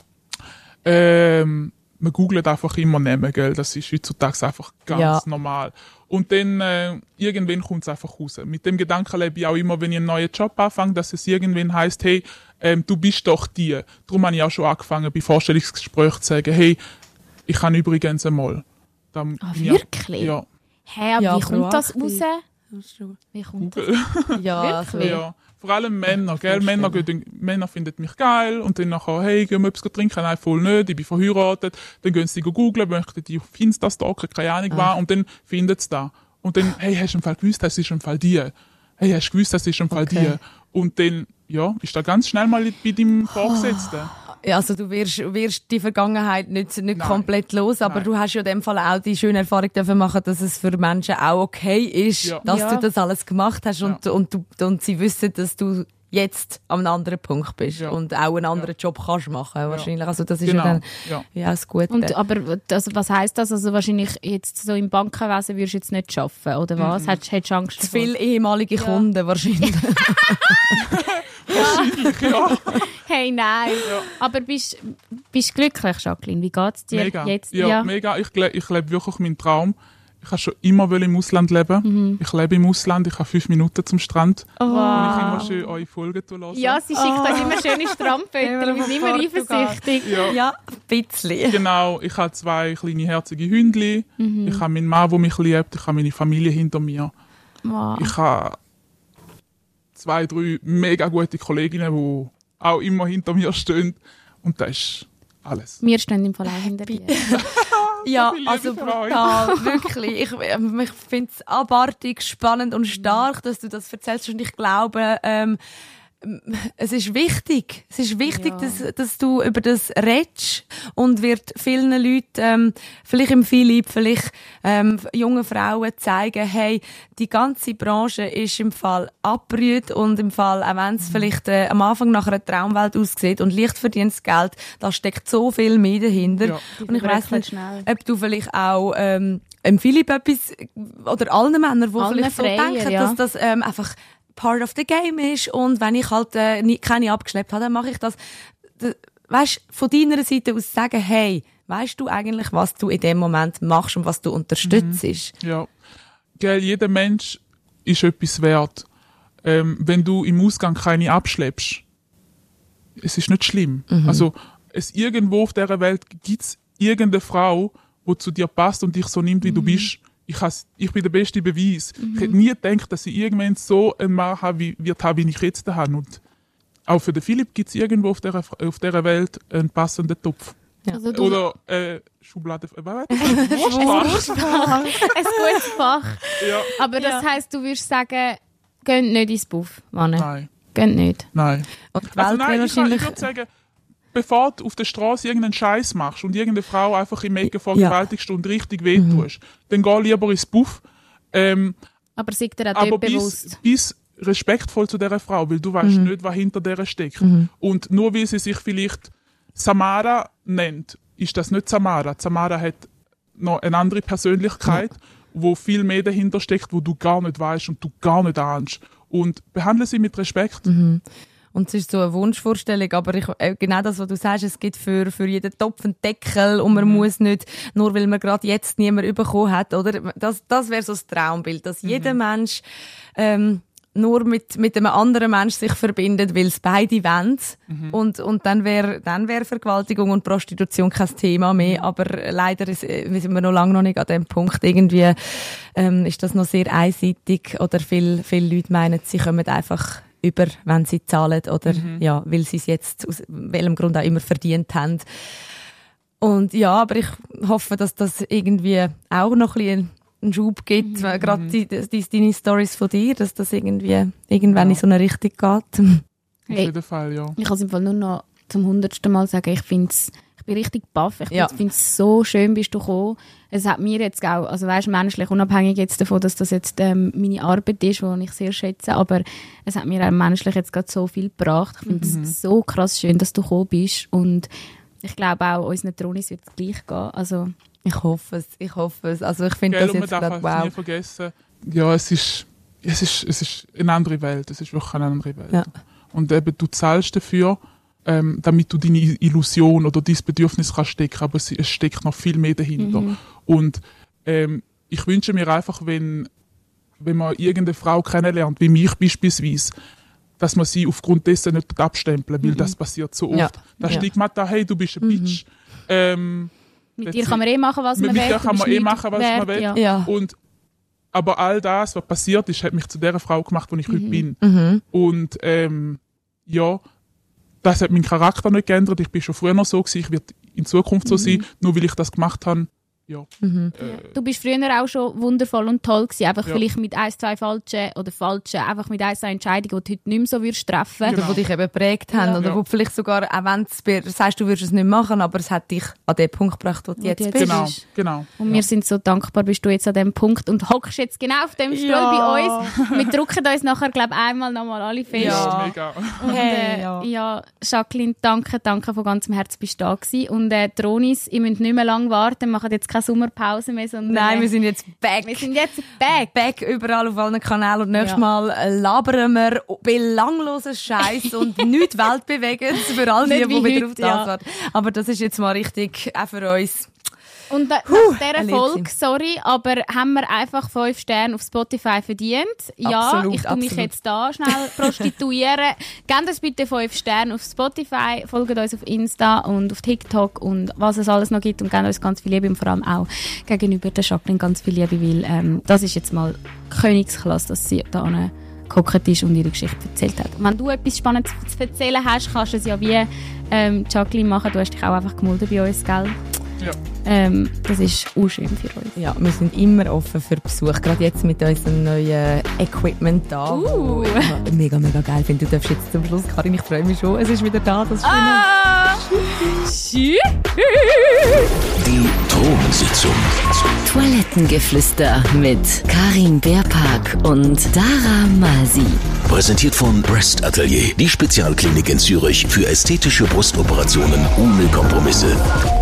Man googelt einfach immer Namen, gell? Das ist heutzutage einfach ganz normal. Und dann irgendwann kommt es einfach raus. Mit dem Gedanken lebe ich auch immer, wenn ich einen neuen Job anfange, dass es irgendwann heisst, hey, du bist doch die. Darum habe ich auch schon angefangen, bei Vorstellungsgesprächen zu sagen, hey, ich kann übrigens einmal. Wirklich? Ja. Hä, aber wie kommt das raus? Wie kommt das? Ja, Wirklich? Ja. Vor allem Männer, gell? Männer finden mich geil und dann nachher, hey, gehen wir etwas trinken? Nein, voll nicht, ich bin verheiratet. Dann gehen sie googeln, möchten die auf Insta stalken, keine Ahnung was, und dann finden sie da. Und dann, hey, hast du im Fall gewusst, das ist im Fall die? Hey, hast du gewusst, das ist im Fall die? Und dann, ja, ist da ganz schnell mal bei deinem Vorgesetzten. Ja, also du wirst die Vergangenheit nicht komplett los, aber du hast ja in dem Fall auch die schöne Erfahrung dürfen machen, dass es für Menschen auch okay ist, dass du das alles gemacht hast und sie wissen, dass du jetzt an einem anderen Punkt bist und auch einen anderen Job kannst machen wahrscheinlich. Also das ist ja dann das Gute. Und, aber was heisst das? Also wahrscheinlich jetzt so im Bankenwesen würdest du jetzt nicht arbeiten, oder was? Hättest du Angst zu viele ehemalige Kunden wahrscheinlich. Ja. Hey, nein. Ja. Aber bist du glücklich, Jacqueline? Wie geht es dir mega. jetzt? Ja, mega. Ich lebe wirklich meinen Traum. Ich habe schon immer im Ausland leben. Ich lebe im Ausland, ich habe 5 Minuten zum Strand. Oh. Und ich immer schön eure Folgen hören. Ja, sie schickt uns immer schöne Strandbilder. Wir sind immer eifersüchtig. Ja, ein bisschen. Genau, ich habe 2 kleine herzige Hündchen. Ich habe meinen Mann, der mich liebt. Ich habe meine Familie hinter mir. Wow. Ich habe 2, 3 mega gute Kolleginnen, die auch immer hinter mir stehen. Und das ist alles. Wir stehen im Fall auch hinter dir. Ja, also brutal, wirklich. Ich finde es abartig, spannend und stark, dass du das erzählst und ich glaube, es ist wichtig. Es ist wichtig, dass du über das redest und wird vielen Leuten, vielleicht im Philipp, vielleicht jungen Frauen zeigen, hey, die ganze Branche ist im Fall abgerührt und im Fall, auch wenn es vielleicht am Anfang nach einer Traumwelt aussieht und leicht verdientes Geld, da steckt so viel mehr dahinter. Ja. Und ich weiss nicht, ob du vielleicht auch Philipp etwas, oder allen Männern, die vielleicht so denken, dass das einfach part of the game ist und wenn ich halt keine abgeschleppt habe, dann mache ich das. Weißt, von deiner Seite aus sagen, hey, Weißt du eigentlich, was du in dem Moment machst und was du unterstützt? Ja. Gell, jeder Mensch ist etwas wert. Wenn du im Ausgang keine abschleppst, es ist nicht schlimm. Also, irgendwo auf dieser Welt gibt's irgendeine Frau, die zu dir passt und dich so nimmt, wie du bist. Ich bin der beste Beweis. Ich hätte nie gedacht, dass ich irgendwann so einen Mann habe, wie ich jetzt habe. Und auch für den Philipp gibt es irgendwo auf dieser Welt einen passenden Topf. Ja. Also oder Schublade. Wurstfach. Ein gutes Fach. Ja. Aber das heisst, du würdest sagen, geht nicht ins Buff, Mann. Nein. Geht nicht. Nein. Und die Welt Also nein, ich wahrscheinlich... würde sagen, bevor du auf der Straße irgendeinen Scheiß machst und irgendeine Frau einfach im Ecken vergewaltigst und richtig wehtust, dann geh lieber ins Buff. Aber sei dir auch dort bewusst. Bis respektvoll zu dieser Frau, weil du weißt nicht, was hinter der steckt. Und nur weil sie sich vielleicht Samara nennt, ist das nicht Samara. Samara hat noch eine andere Persönlichkeit, wo viel mehr dahinter steckt, wo du gar nicht weißt und du gar nicht ahnst. Und behandle sie mit Respekt. Und es ist so eine Wunschvorstellung, aber genau das, was du sagst, es gibt für jeden Topf einen Deckel und man muss nicht, nur weil man gerade jetzt niemand bekommen hat, oder? Das wäre so das Traumbild, dass jeder Mensch nur mit einem anderen Mensch sich verbindet, weil es beide wollen. Und dann wäre Vergewaltigung und Prostitution kein Thema mehr. Aber leider sind wir noch lange noch nicht an dem Punkt. Irgendwie ist das noch sehr einseitig oder viele Leute meinen, sie kommen einfach über, wenn sie zahlen oder ja, weil sie es jetzt aus welchem Grund auch immer verdient haben. Und ja, aber ich hoffe, dass das irgendwie auch noch ein bisschen einen Schub gibt, gerade deine Storys von dir, dass das irgendwann in so eine Richtung geht. Auf jeden Fall, ja. Ich kann es im Fall nur noch zum 100. Mal sagen, ich bin richtig baff. Ich finde es so schön, bist du gekommen. Es hat mir jetzt auch, also weißt, menschlich, unabhängig jetzt davon, dass das jetzt meine Arbeit ist, die ich sehr schätze, aber es hat mir auch menschlich jetzt gerade so viel gebracht. Ich finde es so krass schön, dass du gekommen bist und ich glaube auch, unseren Tronis wird es gleich gehen. Also, ich hoffe es. Also ich finde das jetzt gerade wow. Man darf nie vergessen, ja, es ist eine andere Welt. Es ist wirklich eine andere Welt. Ja. Und eben, du zahlst dafür, damit du deine Illusion oder dein Bedürfnis kannst stecken, aber es steckt noch viel mehr dahinter. Und ich wünsche mir einfach, wenn man irgendeine Frau kennenlernt, wie mich beispielsweise, dass man sie aufgrund dessen nicht abstempeln, weil das passiert so oft. Ja. Da Stigmata, hey, du bist ein Bitch. mit dir kann man machen, was man will. Mit dir kann man machen, was man will. Ja. Aber all das, was passiert ist, hat mich zu der Frau gemacht, die ich heute bin. Und ja, das hat meinen Charakter nicht geändert. Ich bin schon früher noch so gewesen, ich werde in Zukunft so sein, nur weil ich das gemacht habe. Ja. Du bist früher auch schon wundervoll und toll gewesen, einfach vielleicht mit 1, 2 falschen, einfach mit 1, 2 Entscheidungen, die du heute nicht mehr so würdest treffen. Oder die dich eben geprägt haben, oder wo vielleicht sogar, auch wenn du sagst, du würdest es nicht machen, aber es hat dich an den Punkt gebracht, wo du jetzt bist. Genau. Und wir sind so dankbar, bist du jetzt an dem Punkt und hockst jetzt genau auf dem Stuhl bei uns. Wir drücken uns nachher, glaube ich, nochmal alle fest. Ja, mega. Und, ja, Jacqueline, danke von ganzem Herzen bist du da gewesen. Und Tronis, ihr müsst nicht mehr lange warten, wir machen jetzt keine Sommerpause mehr, sondern... Nein, wir sind jetzt back. Back überall auf allen Kanälen. Und nächstes Mal labern wir belanglosen Scheiß und nichts Weltbewegendes für all die wieder auf das warten. Aber das ist jetzt mal richtig auch für uns. Und nach dieser Folge, sorry, aber haben wir einfach 5 Sterne auf Spotify verdient. Ja, absolut, ich tue mich jetzt da schnell prostituieren. Gebt uns bitte 5 Sterne auf Spotify, folgt uns auf Insta und auf TikTok und was es alles noch gibt und gebt uns ganz viel Liebe und vor allem auch gegenüber der Jacqueline ganz viel Liebe, weil das ist jetzt mal Königsklasse, dass sie da gehockt ist und ihre Geschichte erzählt hat. Und wenn du etwas Spannendes zu erzählen hast, kannst du es ja wie Jacqueline machen. Du hast dich auch einfach gemeldet bei uns, gell? Ja. Das ist auch schön für uns. Ja, wir sind immer offen für Besuch. Gerade jetzt mit unserem neuen Equipment da. Mega, mega geil finde. Du darfst jetzt zum Schluss, Karin, ich freue mich schon. Es ist wieder da, das Schön. Die Thronsitzung. Toilettengeflüster mit Karin Beerpark und Dara Masi. Präsentiert von Breast Atelier, die Spezialklinik in Zürich für ästhetische Brustoperationen ohne Kompromisse.